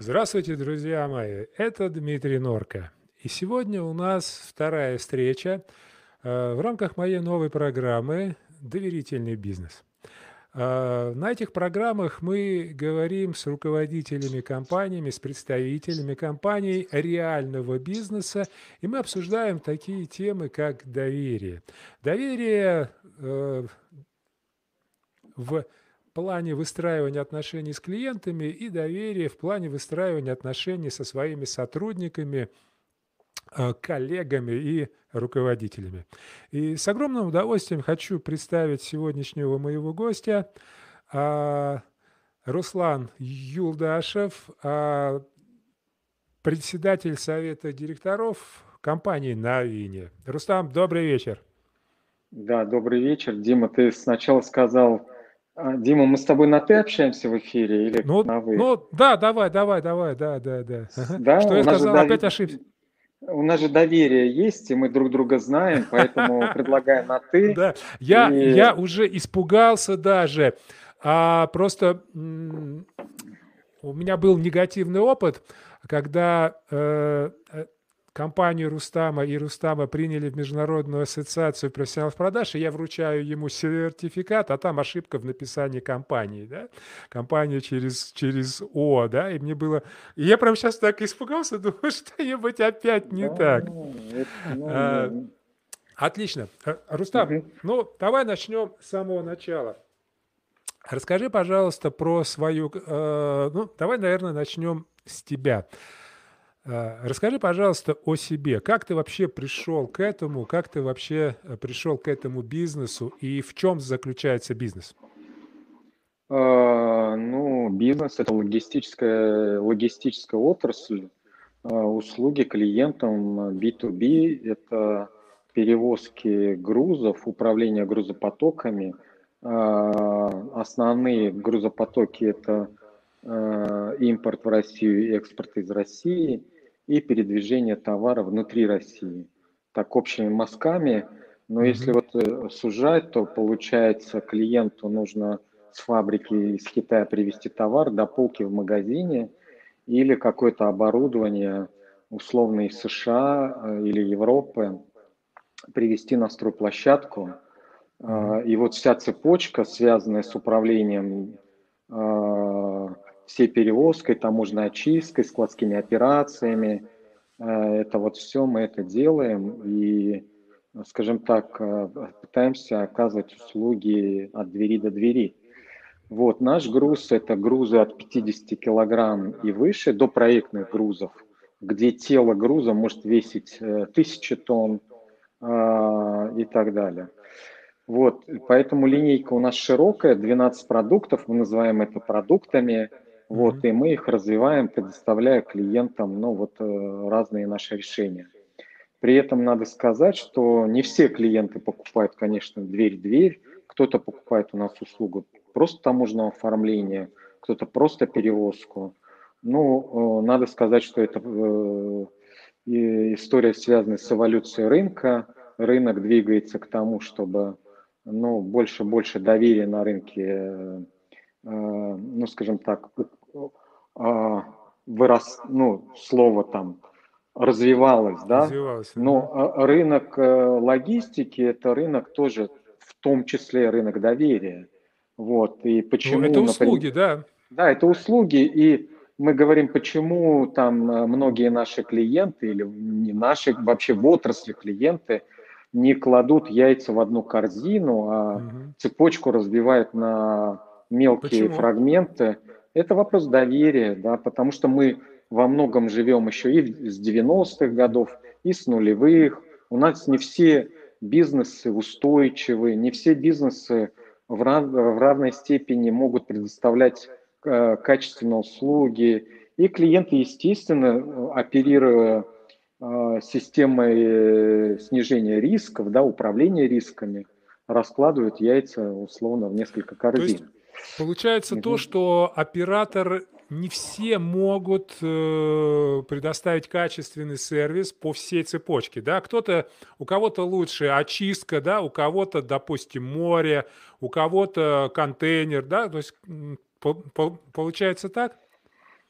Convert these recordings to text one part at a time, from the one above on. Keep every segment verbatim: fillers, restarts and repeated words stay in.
Здравствуйте, друзья мои! Это Дмитрий Норка. И сегодня у нас вторая встреча э, в рамках моей новой программы «Доверительный бизнес». Э, На этих программах мы говорим с руководителями компаниями, с представителями компаний реального бизнеса, и мы обсуждаем такие темы, как доверие. Доверие э, в плане выстраивания отношений с клиентами и доверие в плане выстраивания отношений со своими сотрудниками, э, коллегами и руководителями. И с огромным удовольствием хочу представить сегодняшнего моего гостя, а, Руслан Юлдашев, а, председатель совета директоров компании «Новине». Рустам, добрый вечер. Да, добрый вечер. Дима, ты сначала сказал... а, Дима, мы с тобой на «ты» общаемся в эфире или Ну, на «вы»? ну, да, давай, давай, давай, да, да, да. С- Ага. Да, Что у я нас же, сказал? Опять дови- ошибся. у нас же доверие есть, и мы друг друга знаем, поэтому предлагаем на «ты». Да, я, И я уже испугался даже. А, просто м, у меня был негативный опыт, когда э, э, компанию Рустама и Рустама приняли в Международную ассоциацию профессионалов продаж, и я вручаю ему сертификат, а там ошибка в написании компании, да, компания через, через О, да, и мне было... И я прям сейчас так испугался, думаю, что-нибудь опять не да, так. это, ну, А, ну, Отлично. Э, Рустам, мгм. ну давай начнем с самого начала. Расскажи, пожалуйста, про свою... э, ну, давай, наверное, начнем с тебя. Э, Расскажи, пожалуйста, о себе. Как ты вообще пришел к этому? Как ты вообще э, пришел к этому бизнесу? И в чем заключается бизнес? А, ну, бизнес– это логистическая, логистическая отрасль, а, услуги клиентам би ту би– это перевозки грузов, управление грузопотоками. А, Основные грузопотоки– это а, импорт в Россию и экспорт из России и передвижение товара внутри России. Так общими мазками, но если Мгм. вот э, сужать, то получается клиенту нужно с фабрики из Китая привезти товар до полки в магазине или какое-то оборудование условно из США э, или Европы привезти на стройплощадку. Мгм. А, И вот вся цепочка, связанная с управлением а, всей перевозкой, таможенной очисткой, складскими операциями, а, это вот все мы это делаем и, скажем так, а, пытаемся оказывать услуги от двери до двери. Вот, наш груз– это грузы от пятидесяти килограмм и выше, до проектных грузов, где тело груза может весить э, тысячи тонн а, и так далее. Вот, поэтому линейка у нас широкая, двенадцать продуктов, мы называем это продуктами, вот, Мгм. и мы их развиваем, предоставляя клиентам, ну, вот, э, разные наши решения. При этом надо сказать, что не все клиенты покупают, конечно, дверь-дверь. Кто-то покупает у нас услугу просто таможенного оформления, кто-то просто перевозку. Ну, э, надо сказать, что это э, и история, связанная с эволюцией рынка. Рынок двигается к тому, чтобы, ну, больше-больше доверия на рынке, э, э, ну, скажем так, у- а, вырос, ну, слово там развивалось, да, Развивался. Мгм. но а, рынок э, логистики– это рынок тоже, в том числе рынок доверия. Вот, и Ну, почему, это например, услуги, да. да, это услуги, и мы говорим, почему там э, многие наши клиенты или не наши, вообще в отрасли клиенты не кладут яйца в одну корзину, а Мгм. цепочку разбивают на мелкие Почему? фрагменты. Это вопрос доверия, да, потому что мы во многом живем еще и с девяностых годов, и с нулевых. У нас не все бизнесы устойчивы, не все бизнесы в, рав, в равной степени могут предоставлять э, качественные услуги. И клиенты, естественно, оперируя э, системой э, снижения рисков, да, управления рисками, раскладывают яйца условно в несколько То есть корзин. получается то, Мгм. что оператор не все могут э, предоставить качественный сервис по всей цепочке, да? Кто-то, у кого-то лучше очистка, да, у кого-то, допустим, море, у кого-то контейнер, да? То есть м, по- по- получается так?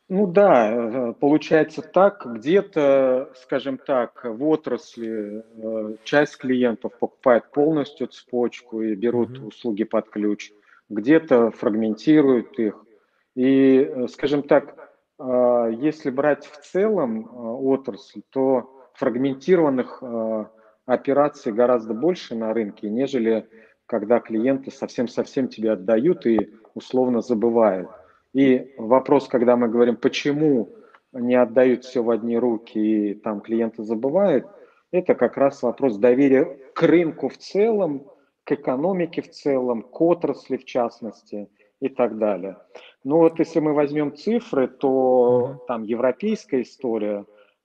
Ну да, э, получается так, где-то, скажем так, в отрасли э, часть клиентов покупает полностью цепочку и берут Мгм. услуги под ключ, где-то фрагментируют их. И, э, скажем так, а, если брать в целом а, отрасль, то фрагментированных а, операций гораздо больше на рынке, нежели когда клиенты совсем-совсем тебе отдают и условно забывают. И вопрос, когда мы говорим, почему не отдают все в одни руки и там клиенты забывают, это как раз вопрос доверия к рынку в целом, к экономике в целом, к отрасли в частности и так далее. Ну вот если мы возьмем цифры, Мгм. то там европейская история,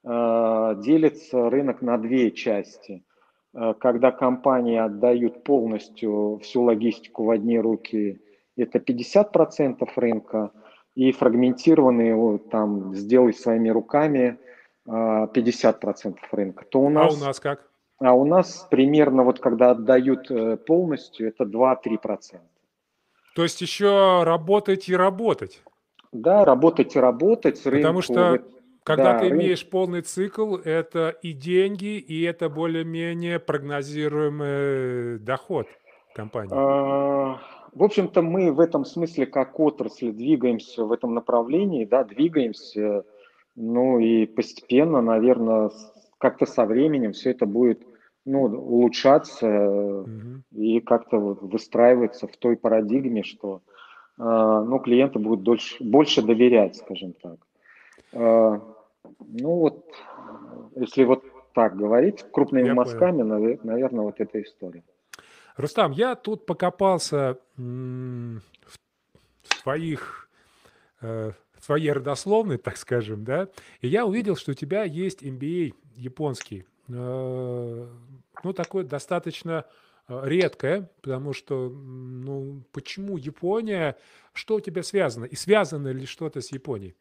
э, делится рынок на две части. Э, Когда компании отдают полностью всю логистику в одни руки, это пятьдесят процентов рынка, и фрагментированные вот, там сделай своими руками а, пятьдесят процентов рынка, то у А у нас, нас как? а у нас примерно вот когда отдают э, полностью, это два-три процента. То есть еще работать и работать. Да, работать и работать Потому рынку, что в- когда да, ты рынок. имеешь полный цикл, это и деньги, и это более-менее прогнозируемый доход компании. А, В общем-то, мы в этом смысле как отрасль двигаемся в этом направлении, да, двигаемся, ну и постепенно, наверное, как-то со временем все это будет, ну, улучшаться э, Мгм. и как-то вот выстраиваться в той парадигме, что, а, ну, клиенты будут дольше, больше доверять, скажем так. А, Ну вот, если вот так говорить, крупными Я понял. мазками, наверное, вот эта история. Рустам, я тут покопался м, в, в твоих, э, в твоей родословной, так скажем, да, и я увидел, что у тебя есть эм би эй японский. Э, ну, такое достаточно э, редкое, потому что, м, ну, почему Япония, что у тебя связано? И связано ли что-то с Японией?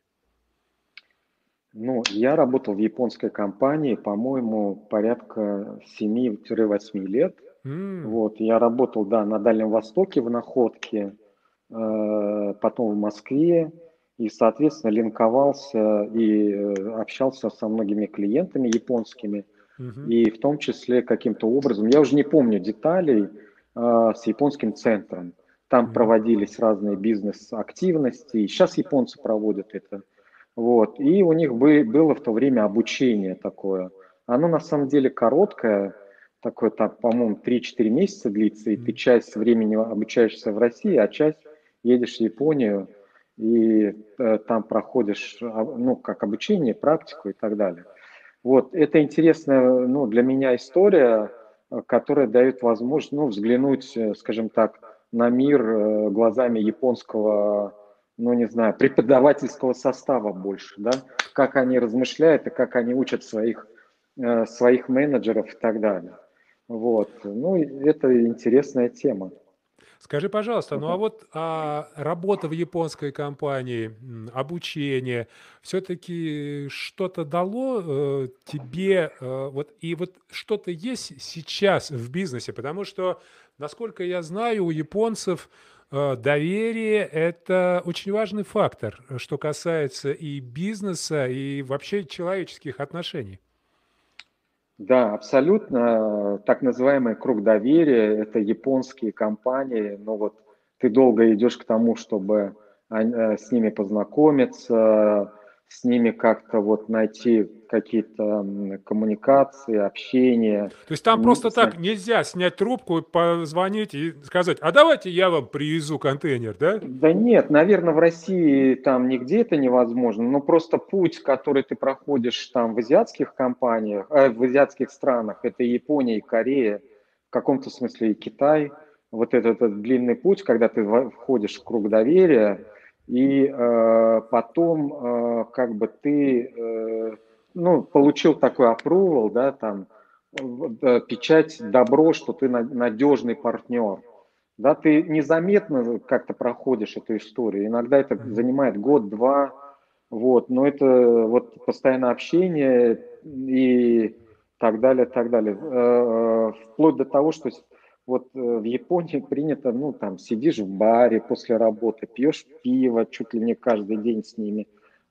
Ну, я работал в японской компании, по-моему, порядка семи-восьми лет. М, Вот, я работал, да, на Дальнем Востоке, в Находке, э, потом в Москве, и, соответственно, линковался и э, общался со многими клиентами японскими, мгм, и в том числе каким-то образом, я уже не помню деталей, э, с японским центром. Там мгм. проводились разные бизнес-активности, и сейчас японцы проводят это. Вот. И у них бы, было в то время обучение такое. Оно на самом деле короткое, такое, так, по-моему, три-четыре месяца длится, и ты М. часть времени обучаешься в России, а часть едешь в Японию, и э, там проходишь, а, ну, как обучение, практику и так далее. Вот, это интересная, ну, для меня история, э, которая дает возможность, ну, взглянуть, э, скажем так, на мир э, глазами японского, ну, не знаю, преподавательского состава больше, да, как они размышляют и как они учат своих, э, своих менеджеров и так далее. Вот, ну, и это интересная тема. Скажи, пожалуйста, ну а Вот. вот а, работа в японской компании, м, обучение, все-таки что-то дало э, тебе, э, вот и вот что-то есть сейчас в бизнесе, потому что, насколько я знаю, у японцев э, доверие– это очень важный фактор, э, что касается и бизнеса, и вообще человеческих отношений. Да, абсолютно. Так называемый круг доверия– это японские компании. Но вот ты долго идешь к тому, чтобы ань- э, с ними познакомиться, с ними как-то вот найти какие-то м, коммуникации, общение. То есть там М, просто с- так нельзя снять трубку, и позвонить и сказать: "А давайте я вам привезу контейнер", да? Да нет, наверное, в России там нигде это невозможно, но просто путь, который ты проходишь там в азиатских компаниях, э, в азиатских странах, это и Япония, и Корея, в каком-то смысле и Китай, вот этот, этот длинный путь, когда ты во- входишь в круг доверия, и э, потом э, как бы ты э, ну, получил такой approval, да, там, э, э, печать добро, что ты на- надежный партнер. Да, ты незаметно как-то проходишь эту историю. Иногда это Мгм. занимает год-два, вот, но это вот постоянное общение и так далее, так далее. Э, э, Вплоть до того, что с- вот э, в Японии принято, ну, там, сидишь в баре после работы, пьешь пиво чуть ли не каждый день с ними,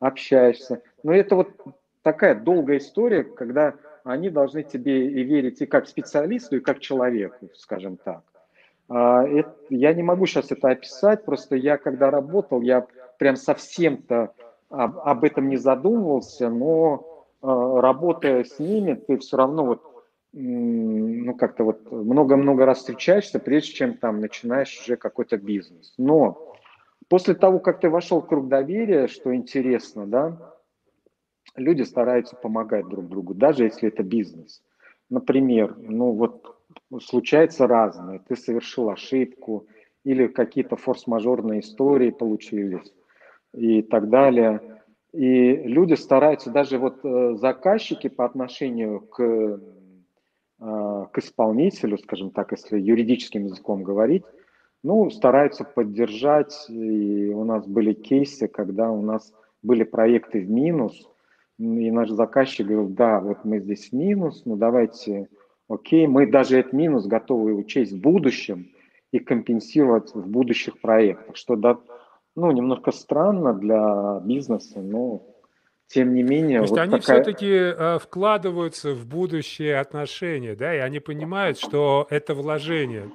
общаешься. Но это вот такая долгая история, когда они должны тебе и верить и как специалисту, и как человеку, скажем так. А, эт- я не могу сейчас это описать, просто я когда работал, я прям совсем-то об, об этом не задумывался, но а, работая с ними, ты все равно вот, м, ну как-то вот много-много раз встречаешься, прежде чем там начинаешь уже какой-то бизнес. Но после того, как ты вошел в круг доверия, что интересно, да, люди стараются помогать друг другу, даже если это бизнес. Например, ну вот случается разное, ты совершил ошибку или какие-то форс-мажорные истории получились и так далее. И люди стараются, даже вот э, заказчики по отношению к, э, к исполнителю, скажем так, если юридическим языком говорить, ну, стараются поддержать. И у нас были кейсы, когда у нас были проекты в минус, и наш заказчик говорил, да, вот мы здесь в минус, ну давайте, окей, мы даже этот минус готовы учесть в будущем и компенсировать в будущих проектах, что да, ну, немножко странно для бизнеса, но тем не То менее, есть вот они такая, все-таки э, вкладываются в будущее отношения, да, и они понимают, что это вложение.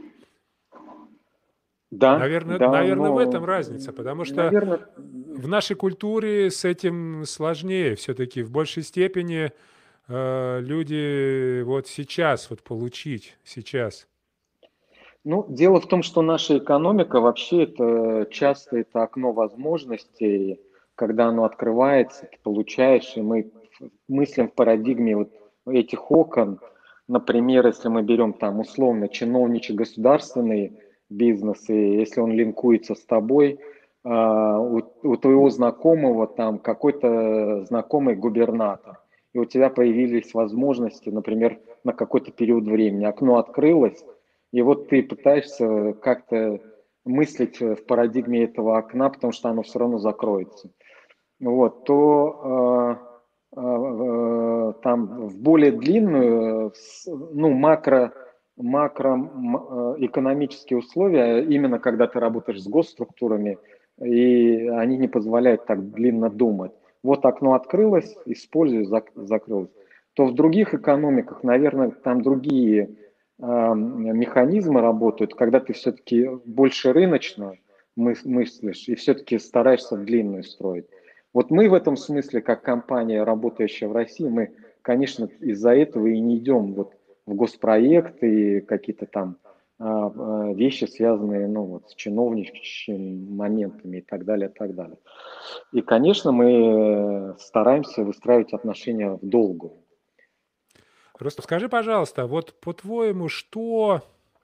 да, Наверное, да, наверное, в этом но, разница, потому что наверное, в нашей культуре с этим сложнее все-таки. В большей степени э, люди вот сейчас вот получить, сейчас. ну, дело в том, что наша экономика вообще это часто это окно возможностей, когда оно открывается, ты получаешь, и мы мыслим в парадигме вот этих окон. Например, если мы берем там условно чиновничий государственный бизнес, и если он линкуется с тобой, а, у, у твоего знакомого там какой-то знакомый губернатор, и у тебя появились возможности, например, на какой-то период времени, окно открылось, и вот ты пытаешься как-то мыслить в парадигме этого окна, потому что оно все равно закроется. Вот, то э, э, там в более длинную, ну, макро, макроэкономические условия, именно когда ты работаешь с госструктурами, и они не позволяют так длинно думать. Вот окно открылось, используй, зак- закрылось. То в других экономиках, наверное, там другие а, механизмы работают, когда ты все-таки больше рыночно мыслишь и все-таки стараешься длинную строить. Вот мы в этом смысле, как компания, работающая в России, мы, конечно, из-за этого и не идем вот в госпроекты и какие-то там а, а, вещи, связанные ну, вот, с чиновничьими моментами и так далее, и так далее. И, конечно, мы стараемся выстраивать отношения в долгую. Просто скажи, пожалуйста, вот по-твоему, что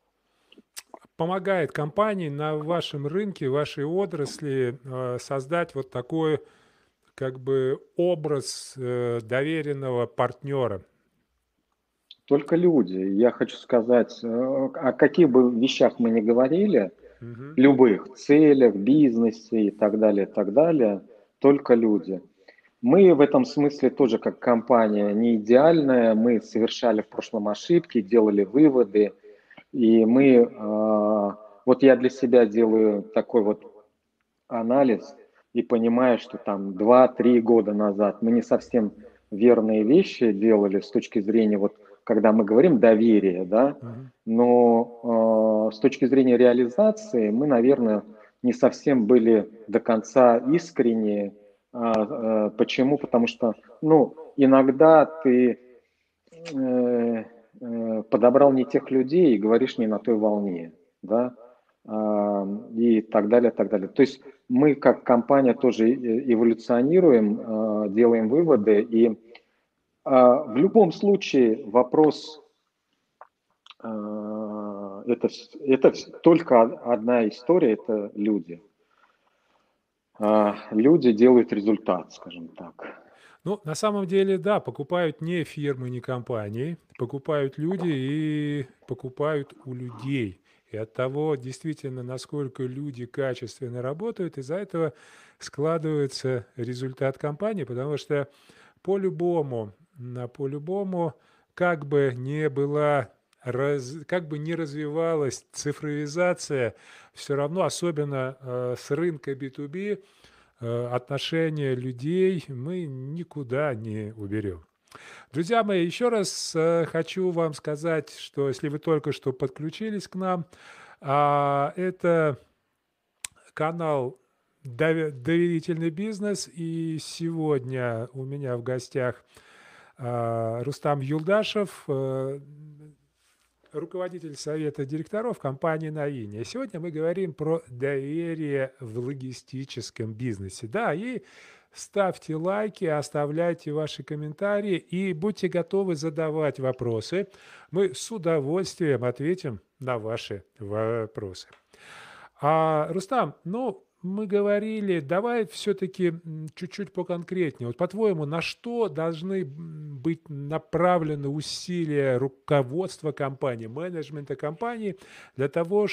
помогает компании на вашем рынке, вашей отрасли э, создать вот такой как бы образ э, доверенного партнера? Только люди. Я хочу сказать, э, о каких бы вещах мы ни говорили, Мгм. любых целях, бизнесе и так далее, и так далее, только люди. Мы в этом смысле тоже как компания не идеальная, мы совершали в прошлом ошибки, делали выводы, и мы, э, вот я для себя делаю такой вот анализ и понимаю, что там два-три года назад мы не совсем верные вещи делали с точки зрения, вот когда мы говорим доверие, да, Мгм. но э, с точки зрения реализации мы, наверное, не совсем были до конца искренние. А, э, почему? Потому что, ну, иногда ты э, э, подобрал не тех людей и говоришь не на той волне, да, а, и так далее, так далее. То есть мы как компания тоже э, эволюционируем, а, делаем выводы, и а, в любом случае вопрос а, это, вс- это вс- только одна история, это люди. А, люди делают результат, скажем так. Ну, на самом деле, да, покупают не фирмы, не компании, покупают люди и покупают у людей. И от того, действительно, насколько люди качественно работают, из-за этого складывается результат компании, потому что по-любому, на по-любому, как бы не была раз- как бы не развивалась цифровизация, все равно, особенно э, с рынка би ту би, э, отношения людей мы никуда не уберем. Друзья мои, еще раз э, хочу вам сказать, что если вы только что подключились к нам, а, это канал «Дове- «Доверительный бизнес», и сегодня у меня в гостях а, Рустам Юлдашев, э, руководитель совета директоров компании «Наине». Сегодня мы говорим про доверие в логистическом бизнесе. Да, и ставьте лайки, оставляйте ваши комментарии и будьте готовы задавать вопросы. Мы с удовольствием ответим на ваши вопросы. А, Рустам, ну, мы говорили, давай все-таки чуть-чуть поконкретнее. Вот по-твоему, на что должны м, быть направлены усилия руководства компании, менеджмента компании для того,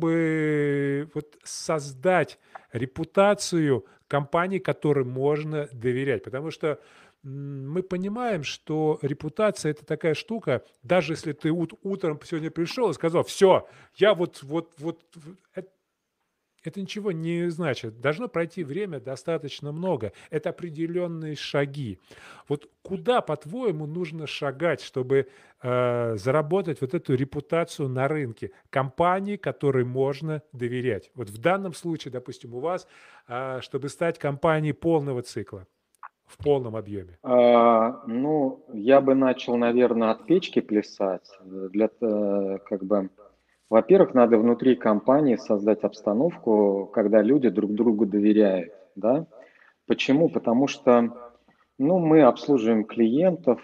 чтобы вот создать репутацию компании, которой можно доверять? Потому что м, мы понимаем, что репутация – это такая штука, даже если ты ут- утром сегодня пришел и сказал, все, я вот, вот, вот, э, это ничего не значит. Должно пройти время достаточно много. Это определенные шаги. Вот куда, по-твоему, нужно шагать, чтобы э, заработать вот эту репутацию на рынке компании, которой можно доверять? Вот в данном случае, допустим, у вас, э, чтобы стать компанией полного цикла, в полном объеме. А, ну, я бы начал, наверное, от печки плясать. Э, Для, э, как бы, во-первых, надо внутри компании создать обстановку, когда люди друг другу доверяют, да? Почему? Потому что, ну, мы обслуживаем клиентов,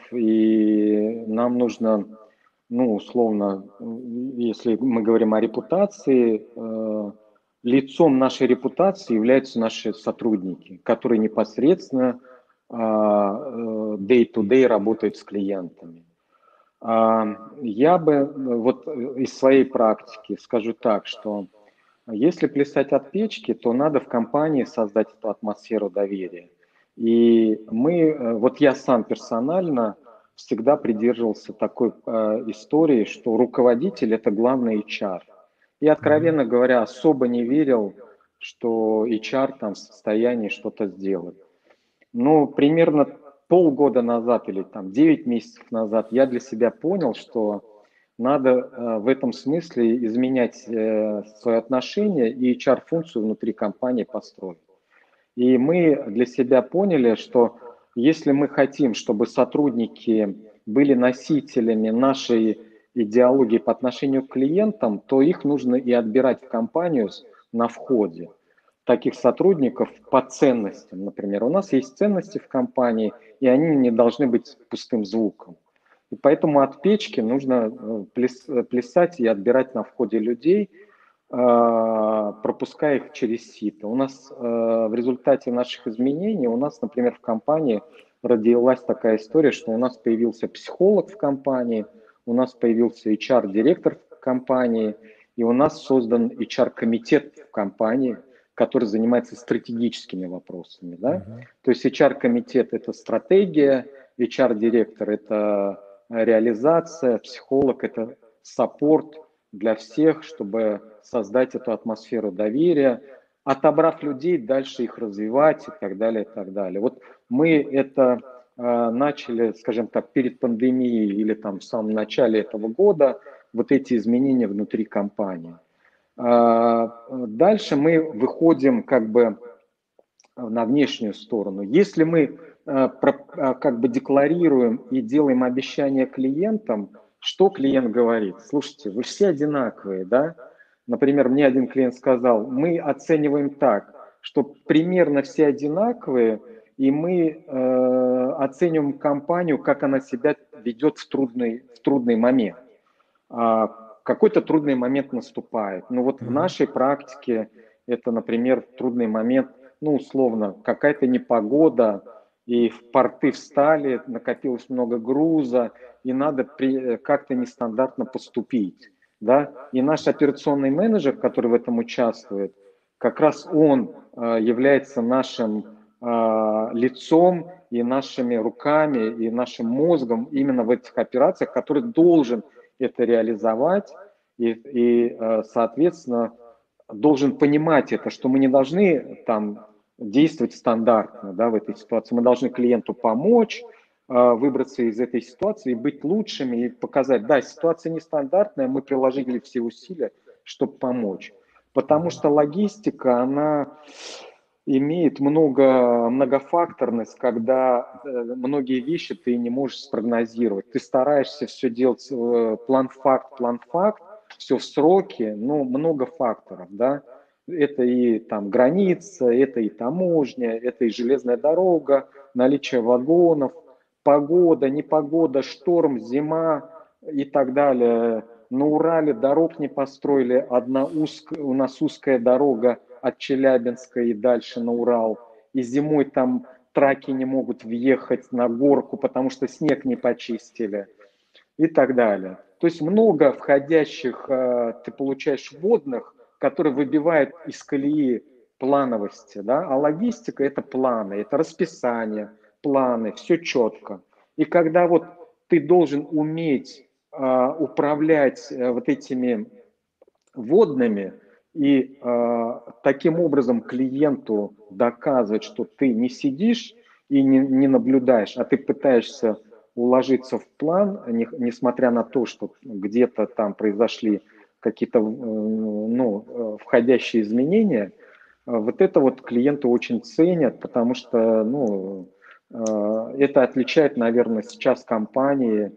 и нам нужно, ну, условно, м, если мы говорим о репутации, э, лицом нашей репутации являются наши сотрудники, которые непосредственно а, э, day-to-day работают с клиентами. А, Я бы э, вот э, из своей практики скажу так, что если плясать от печки, то надо в компании создать эту атмосферу доверия. И мы, э, вот я сам персонально всегда придерживался такой э, истории, что руководитель – это главный эйч ар. И, Мгм. откровенно говоря, особо не верил, что эйч ар там в состоянии что-то сделать. Но примерно полгода назад или там девять месяцев назад я для себя понял, что надо э, в этом смысле изменять э, свое отношение и эйч ар-функцию внутри компании построить. И мы для себя поняли, что если мы хотим, чтобы сотрудники были носителями нашей идеологии по отношению к клиентам, то их нужно и отбирать в компанию на входе. Таких сотрудников по ценностям, например. У нас есть ценности в компании, и они не должны быть пустым звуком. И поэтому от печки нужно э, плясать и отбирать на входе людей, а, пропуская их через сито. У нас э, в результате наших изменений, у нас, например, в компании родилась такая история, что у нас появился психолог в компании, у нас появился эйч ар-директор в компании, и у нас создан эйч ар-комитет в компании, который занимается стратегическими вопросами. Да? Мгм. То есть эйч ар-комитет – это стратегия, эйч ар-директор – это реализация, психолог – это саппорт для всех, чтобы создать эту атмосферу доверия, отобрав людей, дальше их развивать и так далее, и так далее. Вот мы это э, начали, скажем так, перед пандемией или там в самом начале этого года, вот эти изменения внутри компании. А, Дальше мы выходим как бы на внешнюю сторону. Если мы э, про- э, как бы декларируем и делаем обещания клиентам, что клиент говорит? Слушайте, вы все одинаковые, да? Например, мне один клиент сказал, мы оцениваем так, что примерно все одинаковые, и мы э, оцениваем компанию, как она себя ведет в трудный, в трудный момент. А, какой-то трудный момент наступает. Ну вот в Мгм. нашей практике это, например, трудный момент, ну условно, какая-то непогода, и в порты встали, накопилось много груза, и надо при, как-то нестандартно поступить. Да? И наш операционный менеджер, который в этом участвует, как раз он э, является нашим э, лицом и нашими руками, и нашим мозгом именно в этих операциях, который должен это реализовать и, и, э, соответственно, должен понимать это, что мы не должны там действовать стандартно, да, в этой ситуации. Мы должны клиенту помочь выбраться из этой ситуации, быть лучшими и показать, да, ситуация нестандартная, мы приложили все усилия, чтобы помочь. Потому что логистика, она имеет много, многофакторность, когда многие вещи ты не можешь спрогнозировать. Ты стараешься все делать план-факт, план-факт, все в сроки, но много факторов, да. Это и там граница, это и таможня, это и железная дорога, наличие вагонов, погода, непогода, шторм, зима и так далее. На Урале дорог не построили, одна узкая, у нас узкая дорога от Челябинска и дальше на Урал. И зимой там траки не могут въехать на горку, потому что снег не почистили и так далее. То есть много входящих ты получаешь вводных, которые выбивают из колеи плановости, да, а логистика – это планы, это расписание, планы, все четко. И когда вот ты должен уметь э, управлять э, вот этими вводными и э, таким образом клиенту доказывать, что ты не сидишь и не, не наблюдаешь, а ты пытаешься уложиться в план, не, несмотря на то, что где-то там произошли какие-то ну, входящие изменения, вот это вот клиенты очень ценят, потому что ну, это отличает, наверное, сейчас компании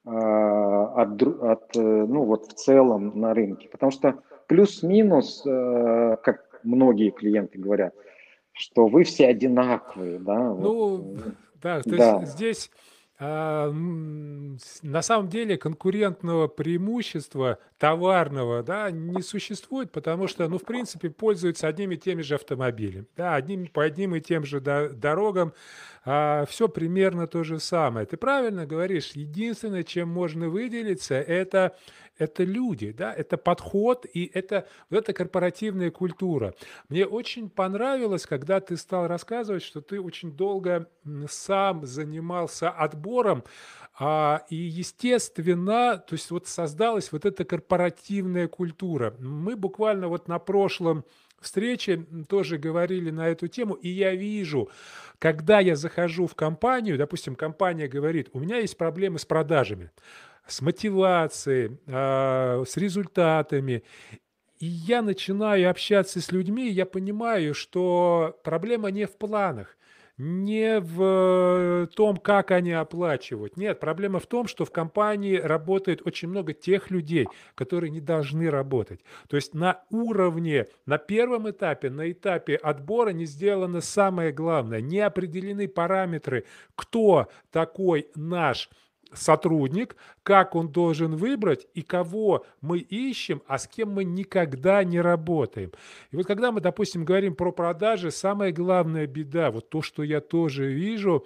от, от, ну, вот в целом на рынке. Потому что плюс-минус, как многие клиенты говорят, что вы все одинаковые, да, Ну, вот, да, то есть да. здесь а, м, с- на самом деле конкурентного преимущества товарного, да, не существует, потому что, ну, в принципе, пользуются одними и теми же автомобилями, да, одним, по одним и тем же до- дорогам, все примерно то же самое. Ты правильно говоришь, единственное, чем можно выделиться, это, это люди, да, это подход и это, вот эта корпоративная культура. Мне очень понравилось, когда ты стал рассказывать, что ты очень долго м, сам занимался отбором, а, и, естественно, то есть вот создалась вот эта корпоративная культура. Мы буквально вот на прошлом встрече м, тоже говорили на эту тему, и я вижу, когда я захожу в компанию, допустим, компания говорит, у меня есть проблемы с продажами, с мотивацией, а, с результатами, и я начинаю общаться с людьми, и я понимаю, что проблема не в планах, не в том, как они оплачивают. Нет, проблема в том, что в компании работает очень много тех людей, которые не должны работать. То есть на уровне, на первом этапе, на этапе отбора не сделано самое главное. Не определены параметры, кто такой наш сотрудник, как он должен выбрать и кого мы ищем, а с кем мы никогда не работаем. И вот когда мы, допустим, говорим про продажи, самая главная беда, вот то, что я тоже вижу,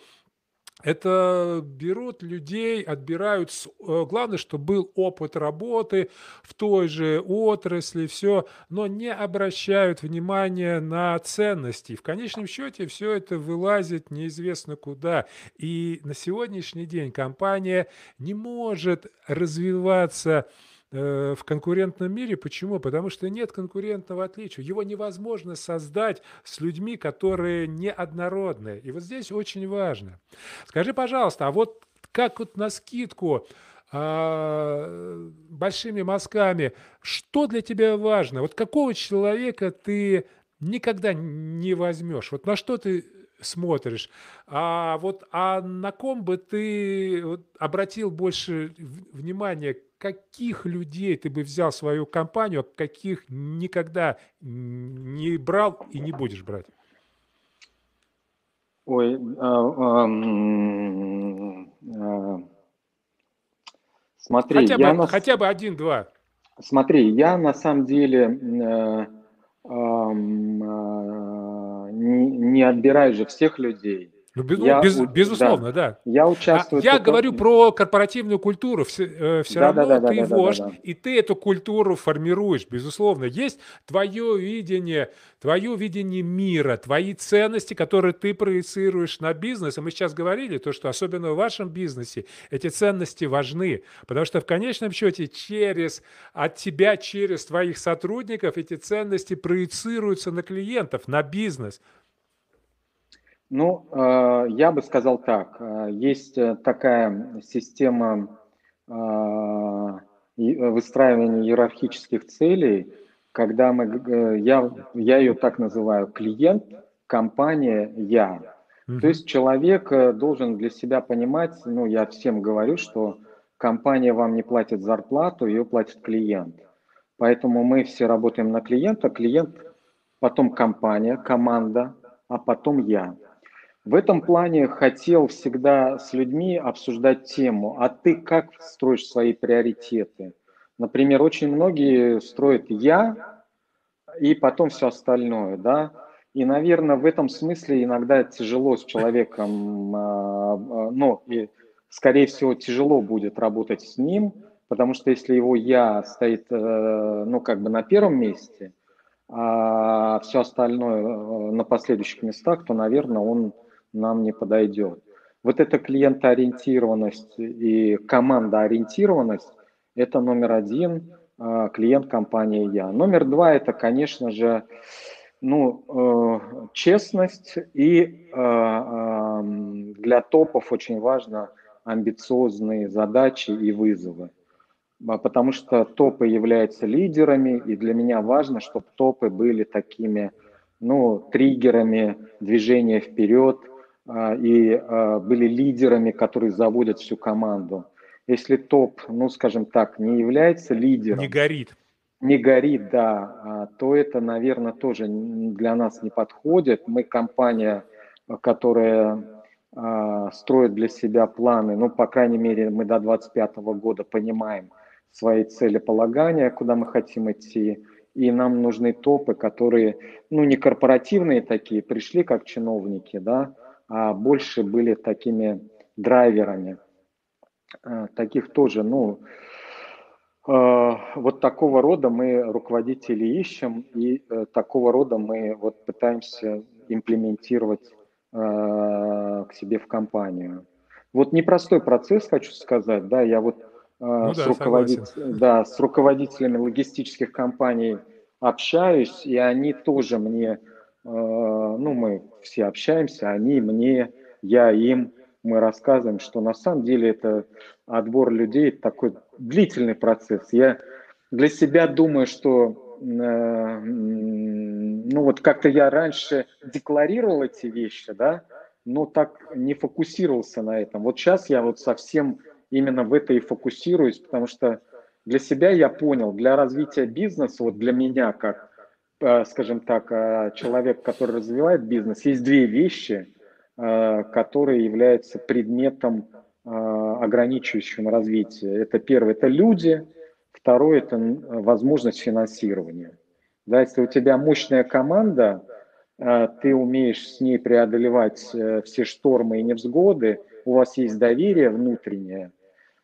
это берут людей, отбирают, с- э, главное, чтобы был опыт работы в той же отрасли, все, но не обращают внимания на ценности. В конечном счете все это вылазит неизвестно куда. И на сегодняшний день компания не может развиваться э, в конкурентном мире. Почему? Потому что нет конкурентного отличия. Его невозможно создать с людьми, которые неоднородные. И вот здесь очень важно. Скажи, пожалуйста, а вот как вот навскидку, а, большими мазками, что для тебя важно? Вот какого человека ты никогда не возьмешь? Вот на что ты смотришь? А вот а на ком бы ты вот обратил больше в- внимания? Каких людей ты бы взял в свою компанию, а каких никогда не брал и не будешь брать? Ой, а, ам, а, смотри, Хотя я бы, на, хотя бы один-два. смотри, я на самом деле э, ам, а, не, не отбираю же всех людей. Ну, без- ну, Я, без- у- да, безусловно, да. я А участвую я только, говорю про корпоративную культуру. Все, все да, да, равно да, да, ты да, да, да, вождь, да. и ты эту культуру формируешь, безусловно. Есть твое видение, твое видение мира, твои ценности, которые ты проецируешь на бизнес. И мы сейчас говорили, то, что особенно в вашем бизнесе эти ценности важны, потому что в конечном счете через, от тебя, через твоих сотрудников эти ценности проецируются на клиентов, на бизнес. Ну, э, я бы сказал так. э, Есть э, такая система а, и- э, выстраивания иерархических целей, когда мы, г- г- я, я ее так называю, клиент, компания, я. То Мгм. есть человек э, должен для себя понимать, ну, я всем говорю, что компания вам не платит зарплату, ее платит клиент. Поэтому мы все работаем на клиента, клиент, потом компания, команда, а потом я. В этом плане хотел всегда с людьми обсуждать тему, а ты как строишь свои приоритеты? Например, очень многие строят я и потом все остальное, да. И, наверное, в этом смысле иногда тяжело с человеком, а, а, ну, и, скорее всего, тяжело будет работать с ним, потому что если его я стоит, э, ну, как бы на первом месте, а все остальное э, на последующих местах, то, наверное, он нам не подойдет. Вот эта клиентоориентированность и командоориентированность – это номер один, э, клиент компании «Я». Номер два – это, конечно же, ну, э, честность и э, э, для топов очень важно амбициозные задачи и вызовы. А, Потому что топы являются лидерами, и для меня важно, чтобы топы были такими, ну, триггерами движения вперед а, и а, были лидерами, которые заводят всю команду. Если топ, ну, скажем так, не является Не лидером, горит. не горит, да, а, то это, наверное, тоже н- для нас не подходит. Мы компания, а, которая а, строит для себя планы, ну, по крайней мере, мы до двадцать пятого года понимаем свои целеполагания, куда мы хотим идти, и нам нужны топы, которые, ну, не корпоративные такие, пришли как чиновники, да, а больше были такими драйверами. А, Таких тоже, ну, Э, вот такого рода мы руководителей ищем, и э, такого рода мы вот пытаемся имплементировать э, к себе в компанию. Вот непростой процесс, хочу сказать, да, я вот э, Ну с да, согласен. руководить, да, с руководителями логистических компаний общаюсь, и они тоже мне, э, ну, мы все общаемся, они мне, я им, мы рассказываем, что на самом деле это отбор людей такой длительный процесс. Я для себя думаю, что э, ну вот как-то я раньше декларировал эти вещи, да, но так не фокусировался на этом. Вот сейчас я вот совсем именно в это и фокусируюсь, потому что для себя я понял, для развития бизнеса, вот для меня как, э, скажем так, э, человек, который развивает бизнес, есть две вещи, э, которые являются предметом э, ограничивающим развитие. Это первое, это люди, второе, это возможность финансирования. Да, если у тебя мощная команда, э, ты умеешь с ней преодолевать э, все штормы и невзгоды, у вас есть доверие внутреннее.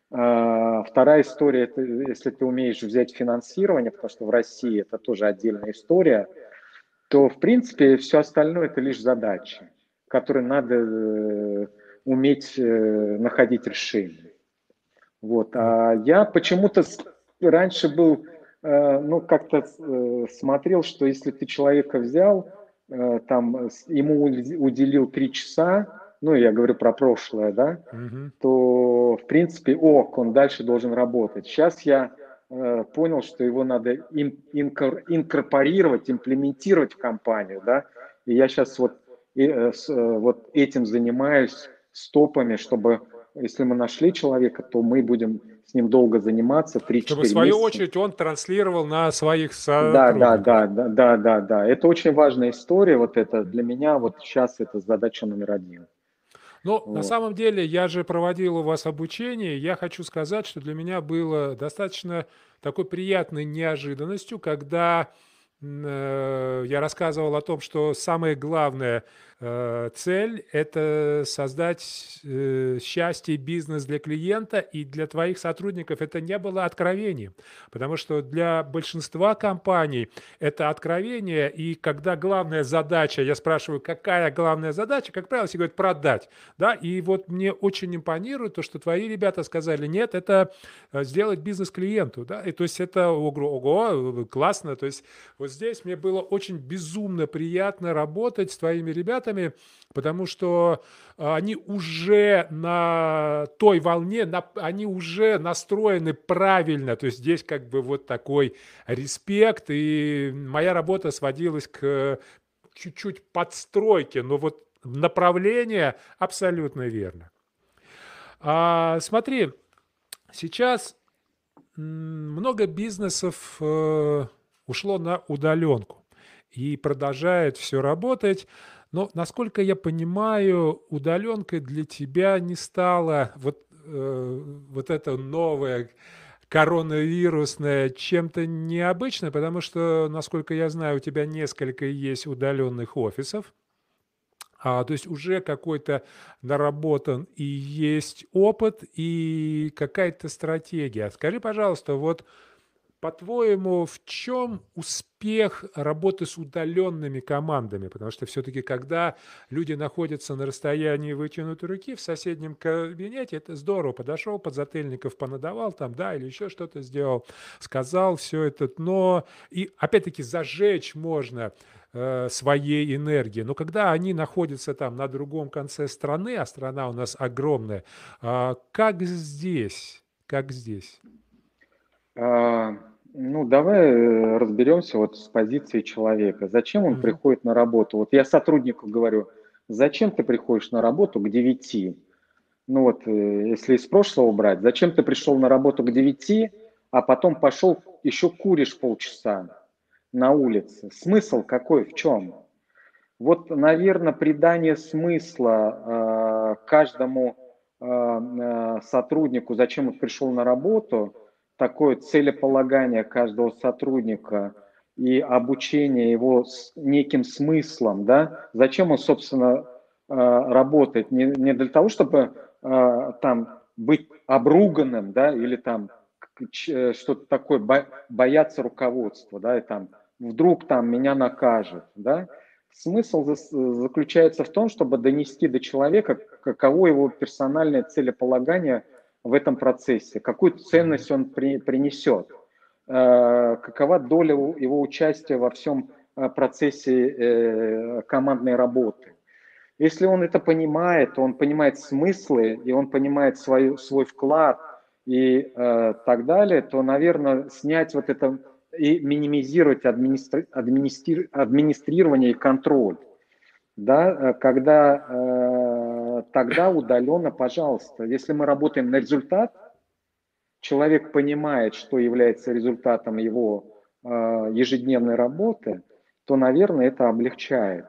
А, Вторая история, это если ты умеешь взять финансирование, потому что в России это тоже отдельная история, то, в принципе, все остальное – это лишь задачи, которые надо э, уметь э, находить решение. Вот. Ну, А я почему-то раньше был, э, ну, как-то э, смотрел, что если ты человека взял, э, там, ему уделил три часа, ну, я говорю про прошлое, да, мгм. то, в принципе, ок, он дальше должен работать. Сейчас я э, понял, что его надо ин, инкор, инкорпорировать, имплементировать в компанию, да, и я сейчас вот, и, э, с, э, вот этим занимаюсь стопами, чтобы, если мы нашли человека, то мы будем с ним долго заниматься, Чтобы, в три-четыре свою месяца. очередь, он транслировал на своих Да, да, сотрудников. да, да, да, да, да. Это очень важная история, вот это для меня, вот сейчас это задача номер один. Но на Вот. самом деле я же проводил у вас обучение. Я хочу сказать, что для меня было достаточно такой приятной неожиданностью, когда м, э, я рассказывал о том, что самая главная э, цель – это создать э, счастье и бизнес для клиента, и для твоих сотрудников это не было откровением, потому что для большинства компаний это откровение, и когда главная задача, я спрашиваю, какая главная задача, как правило, все говорят продать, да, и вот мне очень импонирует то, что твои ребята сказали, нет, это э, сделать бизнес клиенту, да, и то есть это ого, ого, классно, то есть вот вот здесь мне было очень безумно приятно работать с твоими ребятами, потому что а, они уже на той волне, на- они уже настроены правильно. То есть здесь как бы вот такой респект, и моя работа сводилась к чуть-чуть подстройке, но вот направление абсолютно верно. А, смотри, сейчас м, много бизнесов э, ушло на удаленку и продолжает все работать. Но, насколько я понимаю, удаленкой для тебя не стала вот, э, вот это новое коронавирусное чем-то необычное, потому что, насколько я знаю, у тебя несколько есть удаленных офисов. А, то есть уже какой-то наработан и есть опыт, и какая-то стратегия. Скажи, пожалуйста, вот по-твоему, в чем успех работы с удаленными командами? Потому что все-таки, когда люди находятся на расстоянии вытянутой руки в соседнем кабинете, это здорово. Подошел, подзатыльников понадавал там, да, или еще что-то сделал, сказал все это. Но и опять-таки зажечь можно э, своей энергией. Но когда они находятся там на другом конце страны, а страна у нас огромная, а, как здесь? Как здесь? А, ну, давай э, разберемся вот с позиции человека. Зачем он Мгм. приходит на работу? Вот я сотруднику говорю, зачем ты приходишь на работу к девяти? Ну вот, э, если из прошлого брать, зачем ты пришел на работу к девяти, а потом пошел еще куришь полчаса на улице? Смысл какой, в чем? Вот, наверное, придание смысла э, каждому э, э, сотруднику, зачем он пришел на работу, такое целеполагание каждого сотрудника и обучение его с неким смыслом, да, зачем он, собственно, э, работает, не, не для того, чтобы э, там быть обруганным, да, или там ч- что-то такое, бо- бояться руководства, да, и там вдруг там меня накажут, да. Смысл заключается в том, чтобы донести до человека, каково его персональное целеполагание в этом процессе, какую Мгм. ценность он при, принесет, э, какова доля его участия во всем э, процессе э, командной работы. Если он это понимает, он понимает смыслы, и он понимает свой, свой вклад и э, так далее, то, наверное, снять вот это и минимизировать администри, администри, администрирование и контроль. Да, э, когда э, тогда удаленно, пожалуйста, если мы работаем на результат, человек понимает, что является результатом его э, ежедневной работы, то, наверное, это облегчает.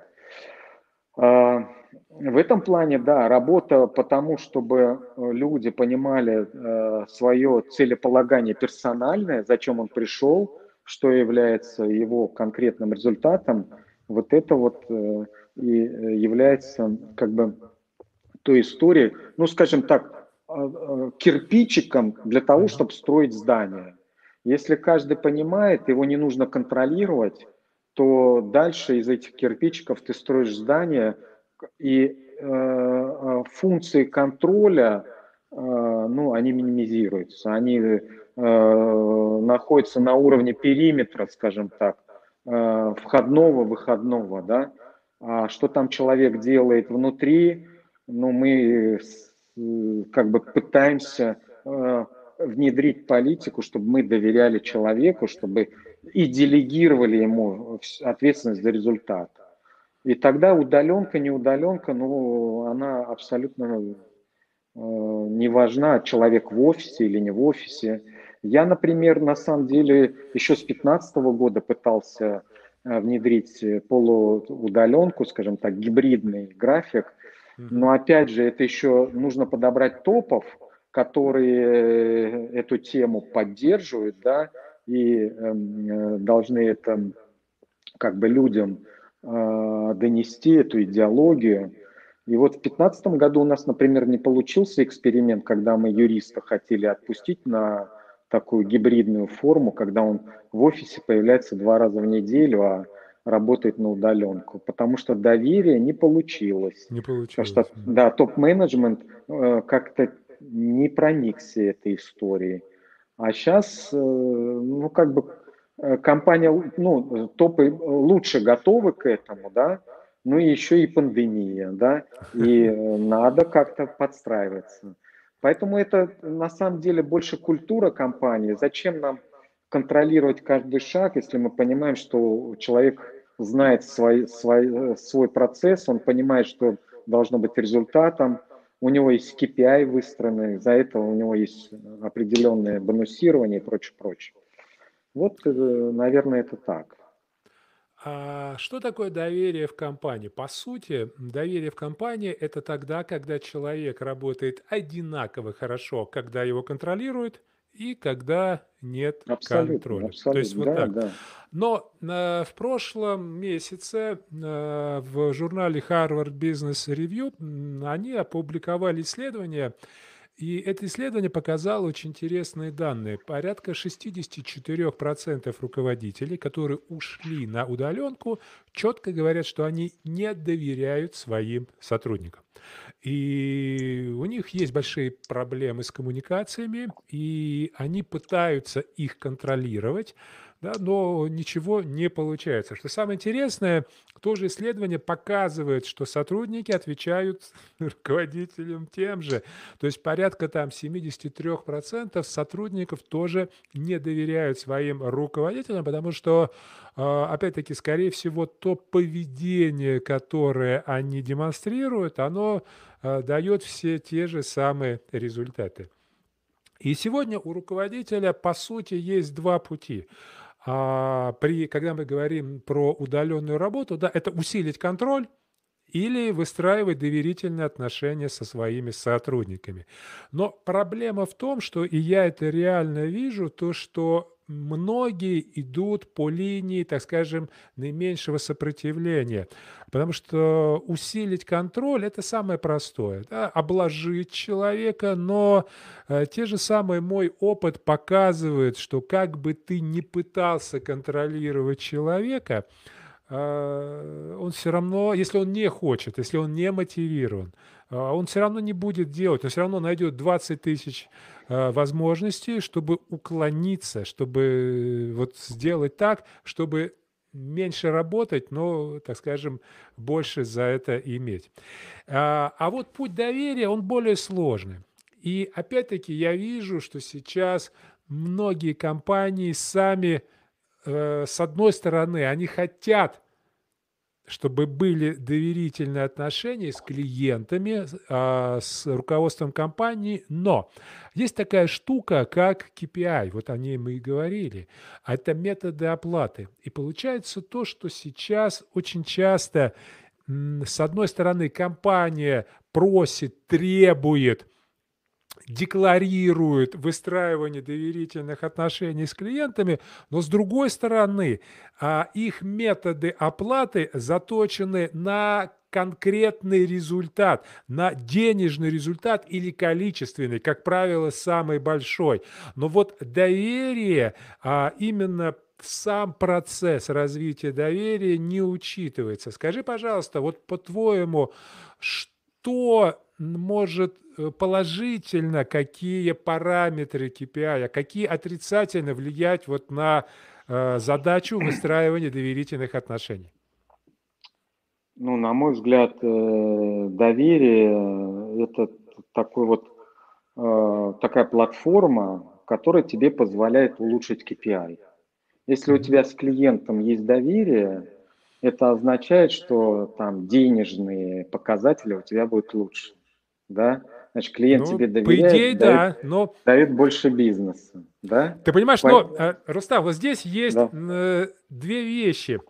А, В этом плане, да, работа по тому, чтобы э, люди понимали э, свое целеполагание персональное, зачем он пришел, что является его конкретным результатом, вот это вот э, и э, является как бы той историей, ну, скажем так, э, э, кирпичиком для того, Мгм. чтобы строить здание. Если каждый понимает, его не нужно контролировать, то дальше из этих кирпичиков ты строишь здание, и э, э, функции контроля, э, ну, они минимизируются, они э, находятся на уровне периметра, скажем так, э, входного, выходного, да, а что там человек делает внутри, ну, мы э, как бы пытаемся э, внедрить политику, чтобы мы доверяли человеку, чтобы и делегировали ему ответственность за результат. И тогда удаленка, не удаленка, ну, она абсолютно э, не важна, человек в офисе или не в офисе. Я, например, на самом деле еще с две тысячи пятнадцатого года пытался э, внедрить полуудаленку, скажем так, гибридный график, Мгм. но опять же, это еще нужно подобрать топов, которые эту тему поддерживают, да, и эм, э, должны это как бы людям э, донести эту идеологию. И вот в две тысячи пятнадцатом году у нас, например, не получился эксперимент, когда мы юриста хотели отпустить на такую гибридную форму, когда он в офисе появляется два раза в неделю, а работает на удаленку, потому что доверие не получилось. Не Потому что, получилось. Мгм. да, топ-менеджмент э, как-то не проникся этой историей. А сейчас, э, ну, как бы э, компания, ну, топы лучше готовы к этому, да, ну и еще и пандемия, да, и э, надо как-то подстраиваться. Поэтому это на самом деле больше культура компании. Зачем нам контролировать каждый шаг, если мы понимаем, что человек знает свой, свой, свой процесс, он понимает, что должно быть результатом, у него есть кей пи ай выстроенный, за это у него есть определенное бонусирование и прочее, прочее. Вот, э, наверное, это так. А что такое доверие в компании? По сути, доверие в компании– это тогда, когда человек работает одинаково хорошо, когда его контролируют и когда нет Абсолютно, контроля. То есть абсолютно, вот да, так. да. Но э, в прошлом месяце э, в журнале Harvard Business Review м, они опубликовали исследование, и это исследование показало очень интересные данные. Порядка шестьдесят четыре процента руководителей, которые ушли на удаленку, четко говорят, что они не доверяют своим сотрудникам. И у них есть большие проблемы с коммуникациями, и они пытаются их контролировать, да, но ничего не получается. Что самое интересное, тоже исследование показывает, что сотрудники отвечают руководителям тем же. То есть порядка там семьдесят три процента сотрудников тоже не доверяют своим руководителям, потому что, а, опять-таки, скорее всего, то поведение, которое они демонстрируют, оно а, дает все те же самые результаты. И сегодня у руководителя, по сути, есть два пути. А, при, когда мы говорим про удаленную работу, да, это усилить контроль или выстраивать доверительные отношения со своими сотрудниками. Но проблема в том, что, и я это реально вижу, то, что многие идут по линии, так скажем, наименьшего сопротивления, потому что усилить контроль– это самое простое, да, обложить человека, но э, те же самые мой опыт показывает, что как бы ты ни пытался контролировать человека, а, он все равно, если он не хочет, если он не мотивирован, а, он все равно не будет делать, он все равно найдет двадцать тысяч а, возможностей, чтобы уклониться, чтобы вот сделать так, чтобы меньше работать, но, так скажем, больше за это иметь. А, а вот путь доверия, он более сложный. И опять-таки я вижу, что сейчас многие компании сами, э, с одной стороны, они хотят, чтобы были доверительные отношения с клиентами, с а, с руководством компании, но есть такая штука, как кей пи ай, вот о ней мы и говорили, а это методы оплаты. И получается то, что сейчас очень часто, м, с одной стороны, компания просит, требует, декларирует выстраивание доверительных отношений с клиентами, но с другой стороны, а, их методы оплаты заточены на конкретный результат, на денежный результат или количественный, как правило, самый большой. Но вот доверие, а, именно сам процесс развития доверия не учитывается. Скажи, пожалуйста, вот по-твоему, что может э, положительно, какие параметры кей пи ай, а какие отрицательно влиять вот на э, задачу выстраивания доверительных отношений? Ну, на мой взгляд, э, доверие– это такой вот, э, такая платформа, которая тебе позволяет улучшить кей пи ай. Если у Мгм. тебя с клиентом есть доверие, это означает, что там денежные показатели у тебя будут лучше, да? Значит, клиент Ну, тебе по идее, доверяет, дает, да. Но дает больше бизнеса, да? ты понимаешь, но, Пой- э, Рустам, вот здесь есть Да. м, э, две вещи.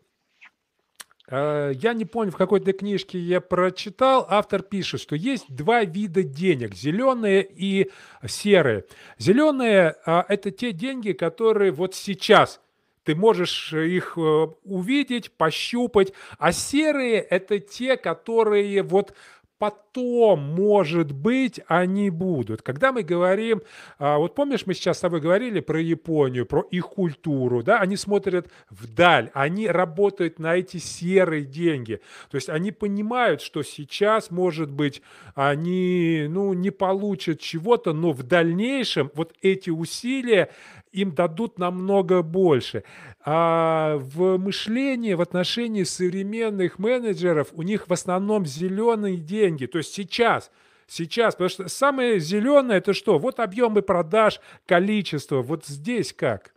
Э, Я не помню, в какой-то книжке я прочитал, автор пишет, что есть два вида денег, зеленые и серые. Зеленые а, это те деньги, которые вот сейчас ты можешь их э, увидеть, пощупать, а серые это те, которые вот потом, может быть, они будут. Когда мы говорим, а, вот помнишь, мы сейчас с тобой говорили про Японию, про их культуру, да, они смотрят вдаль, они работают на эти серые деньги. То есть они понимают, что сейчас, может быть, они, ну, не получат чего-то, но в дальнейшем вот эти усилия им дадут намного больше. А в мышлении, в отношении современных менеджеров у них в основном зеленые деньги. То есть сейчас, сейчас, потому что самое зеленое это что? Вот объемы продаж, количество. Вот здесь как?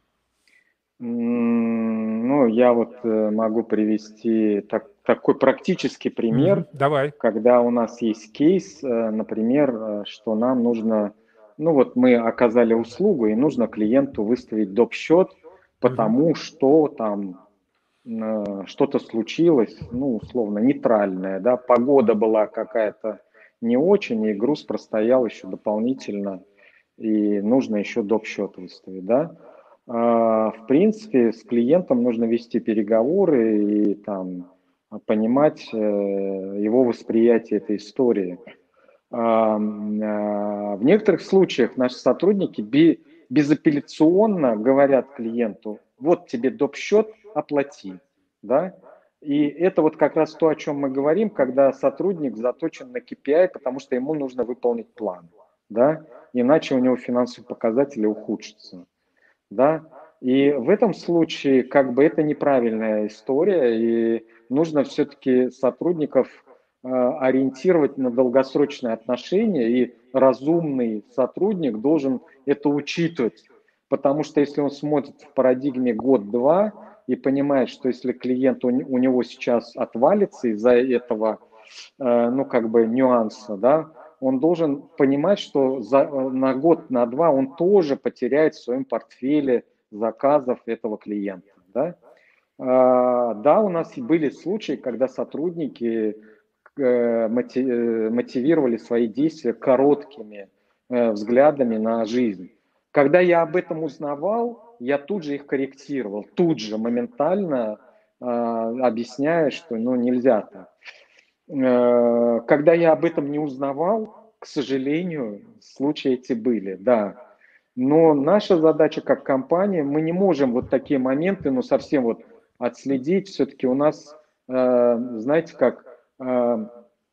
М, Ну, я вот э, могу привести так- такой практический Мгм. пример, Давай. когда у нас есть кейс, э, например, э, что нам нужно, ну вот мы оказали услугу, и нужно клиенту выставить доп. Счет, Мгм. потому что там э, что-то случилось, ну, условно, нейтральное, да, погода была какая-то не очень, и груз простоял еще дополнительно, и нужно еще доп. Счет выставить, да. А, В принципе, с клиентом нужно вести переговоры и там а, понимать э, его восприятие этой истории. А, м, а, В некоторых случаях наши сотрудники бе- безапелляционно говорят клиенту: вот тебе доп. Счет, оплати, да. И это вот как раз то, о чем мы говорим, когда сотрудник заточен на K P I, потому что ему нужно выполнить план, да, иначе у него финансовые показатели ухудшатся, да. И в этом случае как бы это неправильная история, и нужно все-таки сотрудников э, ориентировать на долгосрочные отношения, и разумный сотрудник должен это учитывать, потому что если он смотрит в парадигме год-два и понимает, что если клиент у, у него сейчас отвалится из-за этого, э, ну как бы нюанса, да, он должен понимать, что за, на год, на два он тоже потеряет в своем портфеле заказов этого клиента. Да? А, да, у нас были случаи, когда сотрудники э, мотивировали свои действия короткими э, взглядами на жизнь. Когда я об этом узнавал, я тут же их корректировал, тут же моментально э, объясняя, что ну, нельзя так. Э, Когда я об этом не узнавал, к сожалению, случаи эти были, да. Но наша задача как компания, мы не можем вот такие моменты, ну, совсем вот отследить. Все-таки у нас, э, знаете, как э,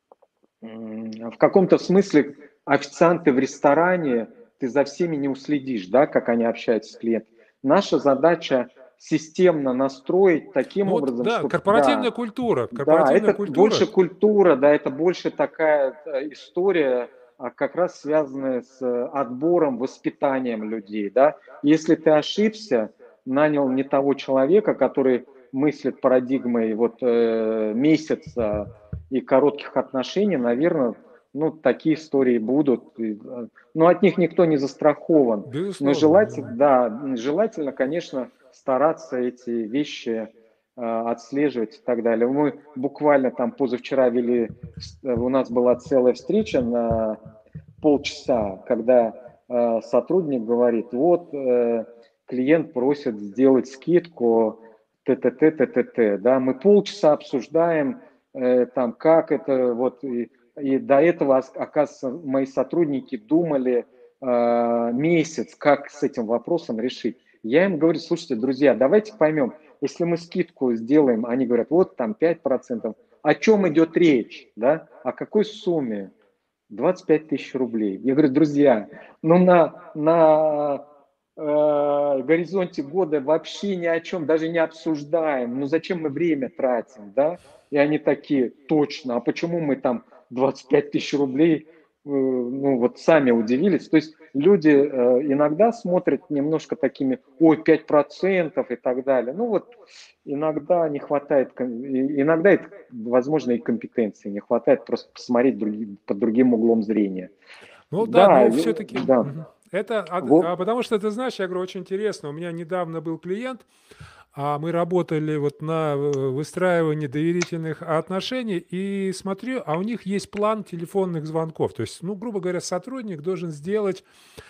в каком-то смысле официанты в ресторане, ты за всеми не уследишь, да, как они общаются с клиентом. Наша задача системно настроить таким Ну вот, образом, да, чтобы, корпоративная да, культура. да, Корпоративная это культура. больше культура, да, это больше такая э, история, а, как раз связанная с э, отбором, воспитанием людей, да. Если ты ошибся, нанял не того человека, который мыслит парадигмой вот э, месяца и коротких отношений, наверное, ну, такие истории будут. И, э, но от них никто не застрахован. Но Безусловно. желательно, да, желательно, конечно, стараться эти вещи отслеживать и так далее. Мы буквально там позавчера вели, у нас была целая встреча на полчаса, когда э, сотрудник говорит: вот э, клиент просит сделать скидку т-т-т, т-т-т, да, мы полчаса обсуждаем э, там, как это вот, и, и до этого, оказывается, мои сотрудники думали э, месяц, как с этим вопросом решить. Я им говорю: слушайте, друзья, давайте поймем, если мы скидку сделаем, они говорят, вот там пять процентов, о чем идет речь, да, о какой сумме? двадцать пять тысяч рублей. Я говорю: друзья, ну на, на э, горизонте года вообще ни о чем даже не обсуждаем. Ну зачем мы время тратим, да? И они такие: точно, а почему мы там двадцать пять тысяч рублей, э, ну вот сами удивились. То есть люди э, иногда смотрят немножко такими: ой, пять процентов и так далее. Ну вот иногда не хватает, иногда это, возможно, и компетенции не хватает просто посмотреть други, под другим углом зрения. Ну да, Да, но и- все-таки да. это, а, а Вот. потому что ты знаешь, я говорю, очень интересно. У меня недавно был клиент, а мы работали вот на э, выстраивании доверительных отношений, и смотрю, а у них есть план телефонных звонков. То есть, ну, грубо говоря, сотрудник должен сделать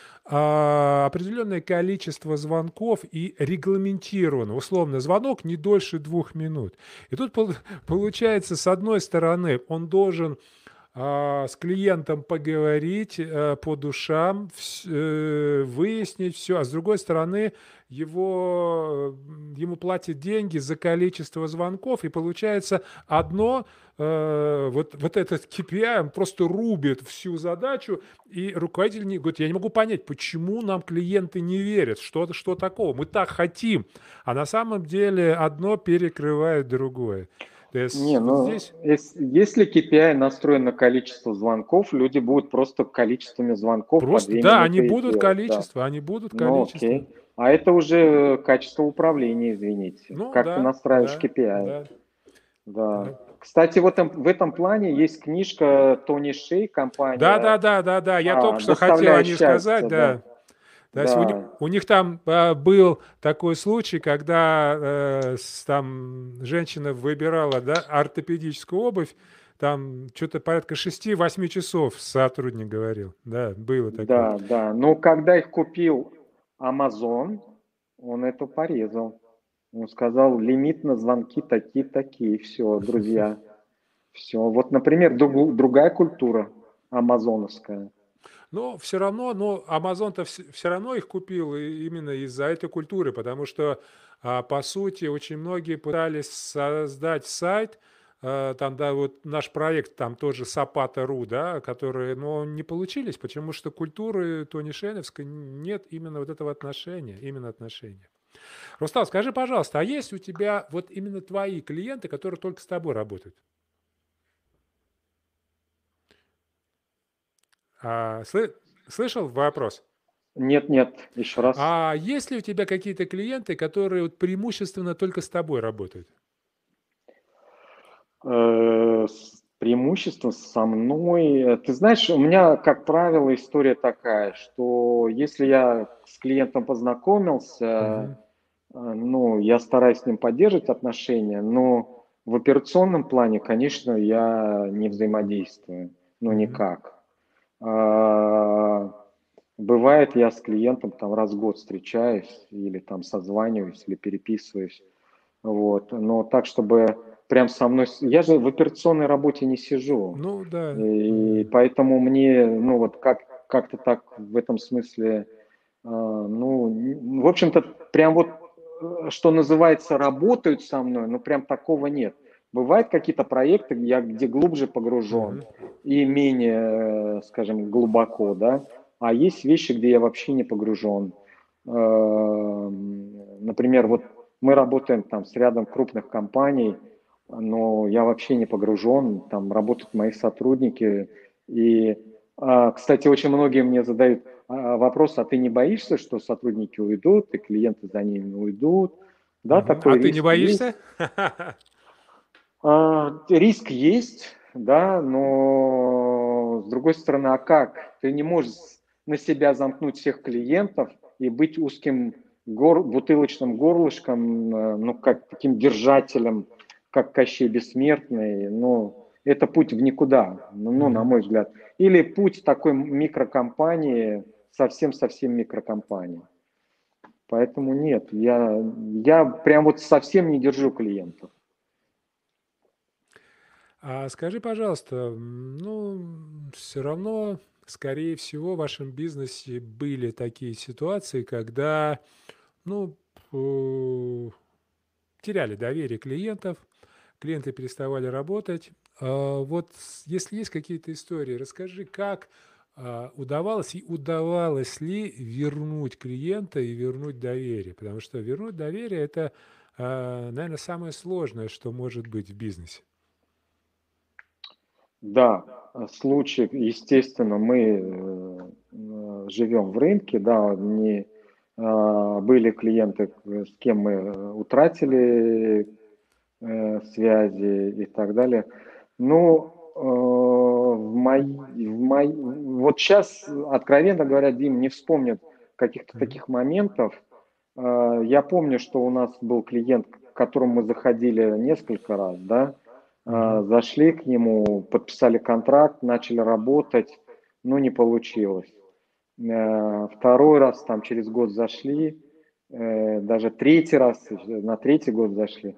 а, определенное количество звонков и регламентировано. Условно, звонок не дольше двух минут. И тут пол- получается, с одной стороны, он должен а, с клиентом поговорить э, по душам, вс- э, выяснить все, а с другой стороны, его, м, ему платят деньги за количество звонков, и получается одно, э, вот, вот этот K P I, он просто рубит всю задачу, и руководитель не, говорит, я не могу понять, почему нам клиенты не верят, что, что такого, мы так хотим, а на самом деле одно перекрывает другое. То Не, есть вот ну, здесь ес- если K P I настроен на количество звонков, люди будут просто количествами звонков по просто, две да, они минуты и будут делать, да. количество, они будут Ну, количество. окей. А это уже качество управления, извините. Ну Как ты да, настраиваешь да, K P I? да, Да. да. Кстати, в этом, в этом плане есть книжка Тони Шей, Да, да, компания да, да, да. Я только а, что хотел о «Доставляя ней сказать, счастье», да. да. То есть у, ни- Да, у них там а, был такой случай, когда э, с- там женщина выбирала, да, ортопедическую обувь, там что-то порядка шести-восьми часов сотрудник говорил. Да, было такое. да, да. Но когда их купил Amazon, он это порезал. Он сказал, лимит на звонки такие-такие. Все, друзья. Все. Вот, например, друг- другая культура амазоновская. Но все равно, но Amazon-то все равно их купил и именно из-за этой культуры, потому что, а, по сути, очень многие пытались создать сайт, а, там, да, вот наш проект, там тоже Сапата точка ру, да, которые, но не получились, потому что культуры Тони Шеновской нет именно вот этого отношения, именно отношения. Рустам, скажи, пожалуйста, а есть у тебя вот именно твои клиенты, которые только с тобой работают? А, слы- слышал вопрос? Нет, нет, еще раз. А есть ли у тебя какие-то клиенты, которые вот преимущественно только с тобой работают? Э, с- преимущество со мной. Ты знаешь, у меня, как правило, история такая, что если я с клиентом познакомился, Мгм. э, ну, я стараюсь с ним поддерживать отношения, но в операционном плане, конечно, я не взаимодействую, ну, Мгм. никак. А, Бывает, я с клиентом там раз в год встречаюсь или там созваниваюсь или переписываюсь. Вот. Но так, чтобы прям со мной... с- Я же в операционной работе не сижу. Ну да. И Мгм. поэтому мне, ну вот как, как-то так в этом смысле, а, ну, н- в общем-то, прям вот, э, что называется, работают со мной, но прям такого нет. Бывают какие-то проекты, я где глубже погружен Мгм. и менее, э, скажем, глубоко, да, а есть вещи, где я вообще не погружен. Эм, Например, вот мы работаем там с рядом крупных компаний, но я вообще не погружен, там работают мои сотрудники. И, а, кстати, очень многие мне задают а, вопрос, а ты не боишься, что сотрудники уйдут, и клиенты за ними уйдут? Да, Мгм. А такой ты не риск боишься? есть. А, риск есть, да, но с другой стороны, а как? Ты не можешь на себя замкнуть всех клиентов и быть узким гор, бутылочным горлышком, э, ну, как таким держателем, как Кощей Бессмертный. Ну, это путь в никуда, ну, ну, на Мгм. мой взгляд. Или путь такой микрокомпании, совсем-совсем микрокомпании. Поэтому нет, я, я прям вот совсем не держу клиентов. А скажи, пожалуйста, м, ну, все равно, скорее всего, в вашем бизнесе были такие ситуации, когда, ну, э, теряли доверие клиентов, клиенты переставали работать. А, вот с- если есть какие-то истории, расскажи, как а, удавалось и удавалось ли вернуть клиента и вернуть доверие, потому что вернуть доверие это, наверное, самое сложное, что может быть в бизнесе. Да, э, случаев, естественно, мы э, э, живем в рынке, да, не, а, были клиенты, к- с кем мы э, утратили э, связи и так далее. Ну, э, в моей, в моей, вот сейчас, откровенно говоря, Дим, не вспомнит каких-то Мгм. таких моментов. Э, Я помню, что у нас был клиент, к которому мы заходили несколько раз, да, Мгм. Э, зашли к нему, подписали контракт, начали работать, но не получилось. Э, Второй раз там через год зашли, э, даже третий раз, э, на третий год зашли, не получилось. Ну, а, в силу того, что и у самого клиента,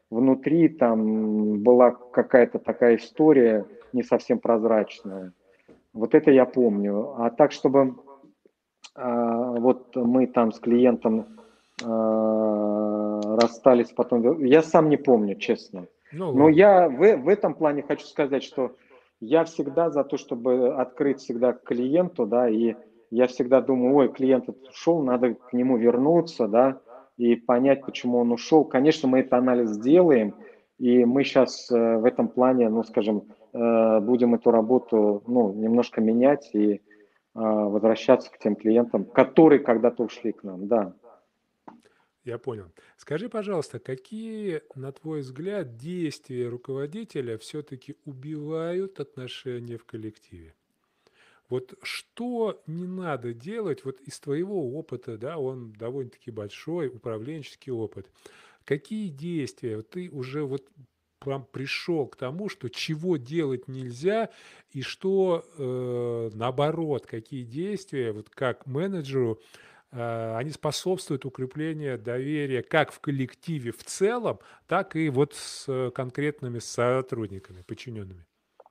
внутри там была какая-то такая история не совсем прозрачная. Вот это я помню. А так, чтобы а, вот мы там с клиентом а, расстались потом, я сам не помню, честно. Ну Но ладно. я в, в этом плане хочу сказать, что я всегда за то, чтобы открыть всегда к клиенту, да, и я всегда думаю, ой, клиент ушел, надо к нему вернуться, да, и понять, почему он ушел. Конечно, мы этот анализ сделаем, и мы сейчас в этом плане, ну, скажем, э, будем эту работу, ну, немножко менять и а, возвращаться к тем клиентам, которые когда-то ушли к нам, да. Я понял. Скажи, пожалуйста, какие, на твой взгляд, действия руководителя все-таки убивают отношения в коллективе? Вот что не надо делать, вот из твоего опыта, да, он довольно-таки большой, управленческий опыт. Какие действия вот ты уже вот прям пришел к тому, что чего делать нельзя, и что э, наоборот, какие действия, вот как менеджеру, э, они способствуют укреплению доверия как в коллективе в целом, так и вот с э, конкретными сотрудниками, подчиненными.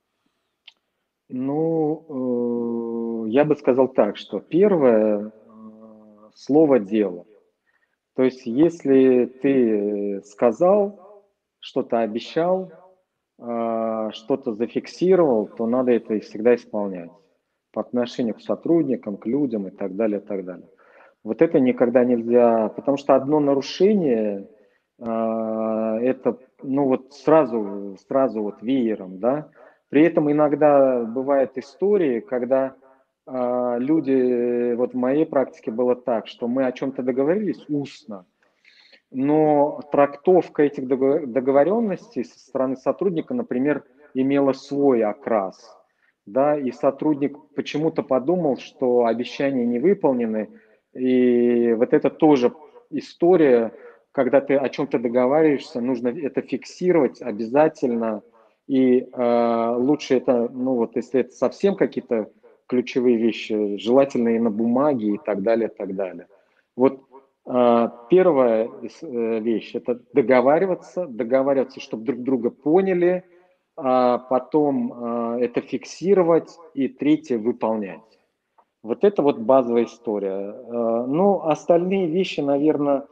Ну, э, я бы сказал так, что первое, э, слово дело. То есть, если ты сказал, что-то обещал, а, что-то зафиксировал, то надо это и всегда исполнять по отношению к сотрудникам, к людям и так далее, и так далее. Вот это никогда нельзя, потому что одно нарушение, а, это, ну вот сразу, сразу вот веером, да. При этом иногда бывают истории, когда а, люди, вот в моей практике было так, что мы о чем-то договорились устно, но трактовка этих договоренностей со стороны сотрудника, например, имела свой окрас. Да, и сотрудник почему-то подумал, что обещания не выполнены. И вот это тоже история, когда ты о чем-то договариваешься, нужно это фиксировать обязательно. И э, лучше это, ну вот если это совсем какие-то ключевые вещи, желательно и на бумаге и так далее, и так далее. Вот а, первая э, вещь – это договариваться, договариваться, чтобы друг друга поняли, а потом а, это фиксировать, и третье – выполнять. Вот это вот базовая история. А, Ну, остальные вещи, наверное,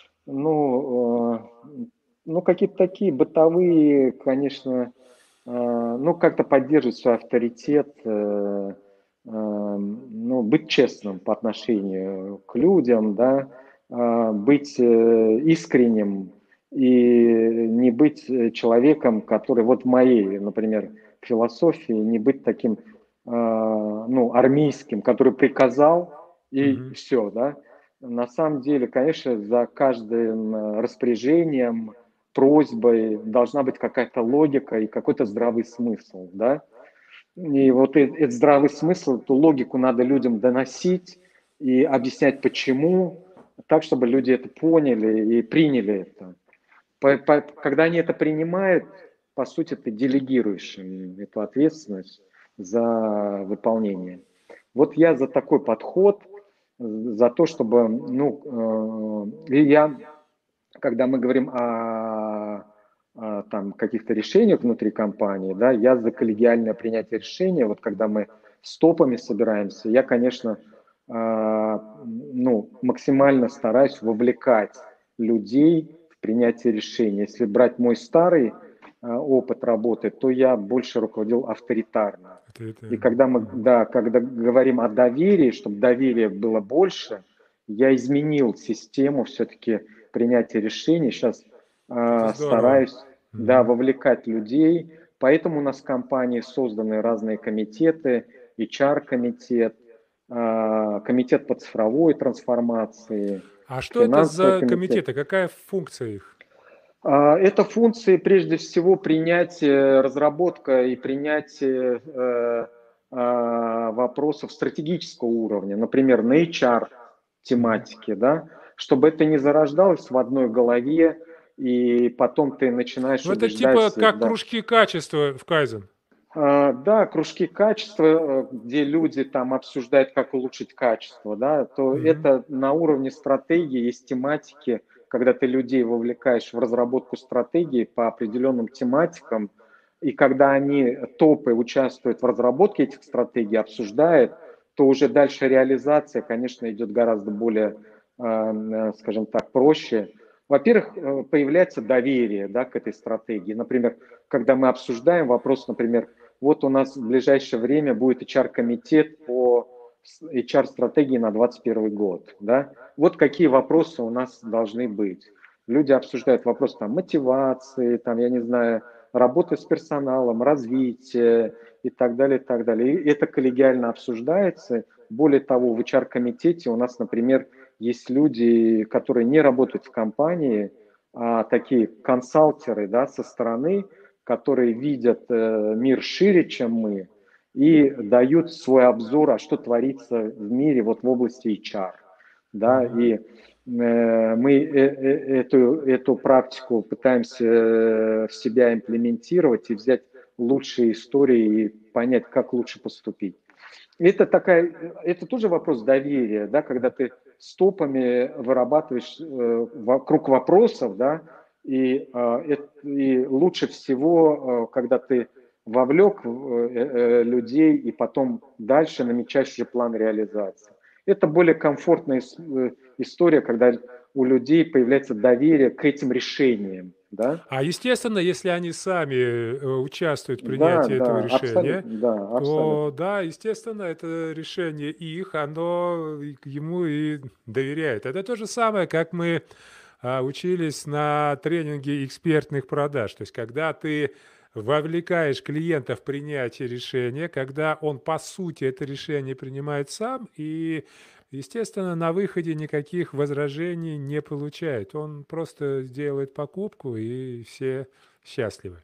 ну, а, ну какие-то такие бытовые, конечно, а, ну, как-то поддерживать свой авторитет, э, а, ну, быть честным по отношению к людям, да, а, быть э, искренним и не быть э, человеком, который, вот в моей, например, философии, не быть таким, а, ну, армейским, который приказал и Мгм. все, да. На самом деле, конечно, за каждым э, распоряжением, просьбой должна быть какая-то логика и какой-то здравый смысл, да. И вот э- этот здравый смысл, эту логику надо людям доносить и объяснять, почему, так, чтобы люди это поняли и приняли это. По- по- Когда они это принимают, по сути, ты делегируешь им эту ответственность за выполнение. Вот я за такой подход, за то, чтобы, ну, э, и я, когда мы говорим о, о там, каких-то решениях внутри компании, да, я за коллегиальное принятие решения. Вот когда мы с топами собираемся, я, конечно, э, ну, максимально стараюсь вовлекать людей в принятие решений. Если брать мой старый э, опыт работы, то я больше руководил авторитарно. Это, это, И когда мы, мгм. да, когда говорим о доверии, чтобы доверия было больше, я изменил систему все-таки принятия решений. Сейчас Это э, здорово. стараюсь, да, Мгм. вовлекать людей. Поэтому у нас в компании созданы разные комитеты, эйч ар-комитет, э, комитет по цифровой трансформации, А что это финансовый за комитет. комитеты? Какая функция их? А, Это функции, прежде всего, принятие, разработка и принятие э, а, вопросов стратегического уровня, например, на эйч ар Мгм. тематике, да, чтобы это не зарождалось в одной голове, и потом ты начинаешь Ну, это убеждать, типа как да. кружки качества в Кайзен. А, Да, кружки качества, э, где люди там обсуждают, как улучшить качество, да, то Мгм. это на уровне стратегии, есть тематики, когда ты людей вовлекаешь в разработку стратегии по определенным тематикам, и когда они, топы, участвуют в разработке этих стратегий, обсуждают, то уже дальше реализация, конечно, идет гораздо более, а, м, э, скажем так, проще. Во-первых, э, появляется доверие, да, к этой стратегии. Например, когда мы обсуждаем вопрос, например, вот у нас в ближайшее время будет эйч ар-комитет по эйч ар-стратегии на двадцать первый год. Да? Вот какие вопросы у нас должны быть. Люди обсуждают вопрос там, мотивации, там, я не знаю, работы с персоналом, развития и так далее, и так далее. И это коллегиально обсуждается. Более того, в эйч ар-комитете у нас, например, есть люди, которые не работают в компании, а такие консалтеры, да, со стороны, которые видят э, мир шире, чем мы, и дают свой обзор, а что творится в мире вот в области эйч ар. Да, Мгм. и э, мы э, э, эту, эту практику пытаемся э, в себя имплементировать и взять лучшие истории и понять, как лучше поступить. Это такая, это тоже вопрос доверия, да, когда ты с топами вырабатываешь э, вокруг вопросов, да, и, э, и лучше всего, э, когда ты вовлек э, э, людей и потом дальше намечаешь уже план реализации. Это более комфортная ис- э, история, когда у людей появляется доверие к этим решениям, да. А естественно, если они сами э, участвуют в Да, принятии этого да, решения, абсолютно, да, то абсолютно. да, естественно, это решение их, оно и к ему и доверяет. Это то же самое, как мы а, учились на тренинге экспертных продаж. То есть, когда ты вовлекаешь клиента в принятие решения, когда он, по сути, это решение принимает сам, и, естественно, на выходе никаких возражений не получает. Он просто делает покупку, и все счастливы.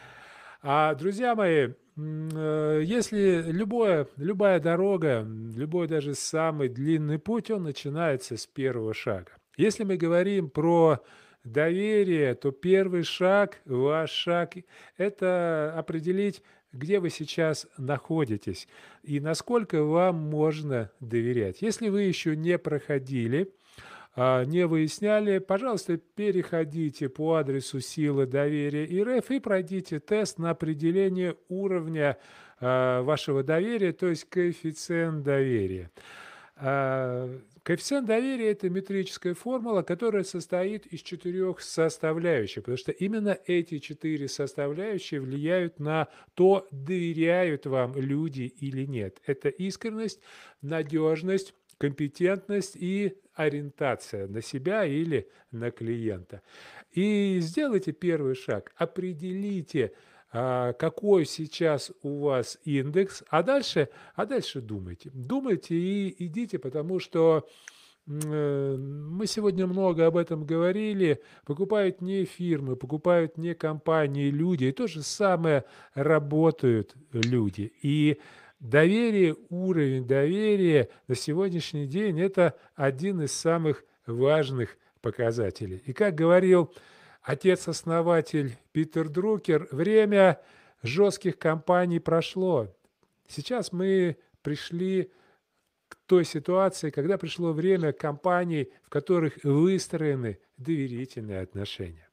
А, друзья мои, м, э, если любое, любая дорога, м, любой даже самый длинный путь, он начинается с первого шага. Если мы говорим про доверие, то первый шаг, ваш шаг, это определить, где вы сейчас находитесь и насколько вам можно доверять. Если вы еще не проходили, а, не выясняли, пожалуйста, переходите по адресу силы доверия РФ и пройдите тест на определение уровня а, вашего доверия, то есть коэффициент доверия. А, Коэффициент доверия – это метрическая формула, которая состоит из четырех составляющих, потому что именно эти четыре составляющие влияют на то, доверяют вам люди или нет. Это искренность, надежность, компетентность и ориентация на себя или на клиента. И сделайте первый шаг, определите, а, какой сейчас у вас индекс, а дальше, а дальше думайте. Думайте и идите, потому что м, э, мы сегодня много об этом говорили. Покупают не фирмы, покупают не компании, люди. И то же самое работают люди. И доверие, уровень доверия на сегодняшний день – это один из самых важных показателей. И как говорил отец-основатель Питер Друкер, время жестких компаний прошло. Сейчас мы пришли к той ситуации, когда пришло время компаний, в которых выстроены доверительные отношения.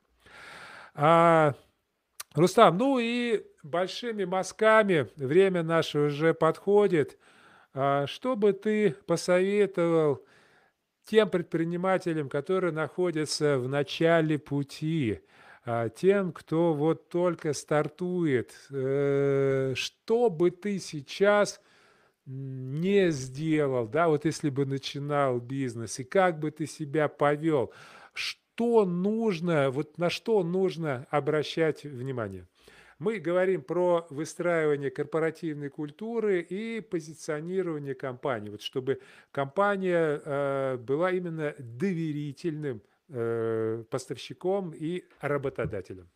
А, Рустам, ну и большими мазками время наше уже подходит. А, что бы ты посоветовал тем предпринимателям, которые находятся в начале пути, а, тем, кто вот только стартует, э, что бы ты сейчас не сделал, да, вот если бы начинал бизнес, и как бы ты себя повел, что нужно, вот на что нужно обращать внимание? Мы говорим про выстраивание корпоративной культуры и позиционирование компании, вот чтобы компания э, была именно доверительным э, поставщиком и работодателем.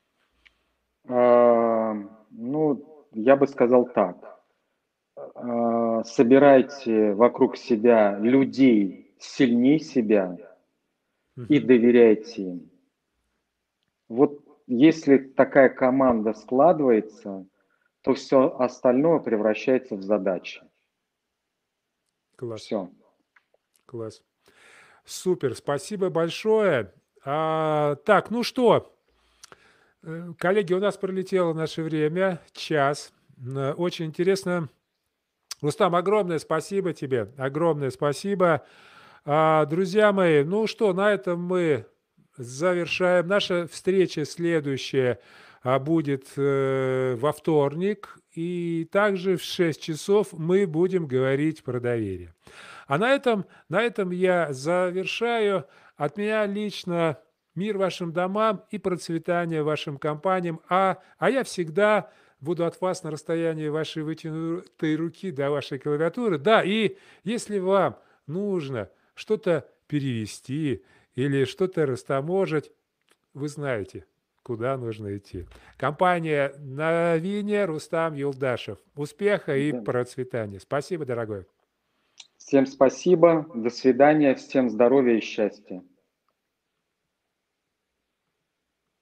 А, ну, я бы сказал так. А, собирайте вокруг себя людей сильнее себя и Мгм. доверяйте им. Вот если такая команда складывается, то все остальное превращается в задачи. Класс, Все. класс. Супер, спасибо большое. А, так, ну что, э, коллеги, у нас пролетело наше время, час. Н- Очень интересно. Рустам, огромное спасибо тебе, огромное спасибо. А, друзья мои, ну что, на этом мы завершаем. Наша встреча следующая а, будет э, во вторник, и также в шесть часов мы будем говорить про доверие. А на этом, на этом я завершаю. От меня лично мир вашим домам и процветание вашим компаниям. А, а я всегда буду от вас на расстоянии вашей вытянутой руки до вашей клавиатуры. Да, и если вам нужно что-то перевести или что-то растаможить, вы знаете, куда нужно идти. Компания «Новиния», Рустам Юлдашев. Успеха и Да. процветания. Спасибо, дорогой. Всем спасибо, до свидания, всем здоровья и счастья.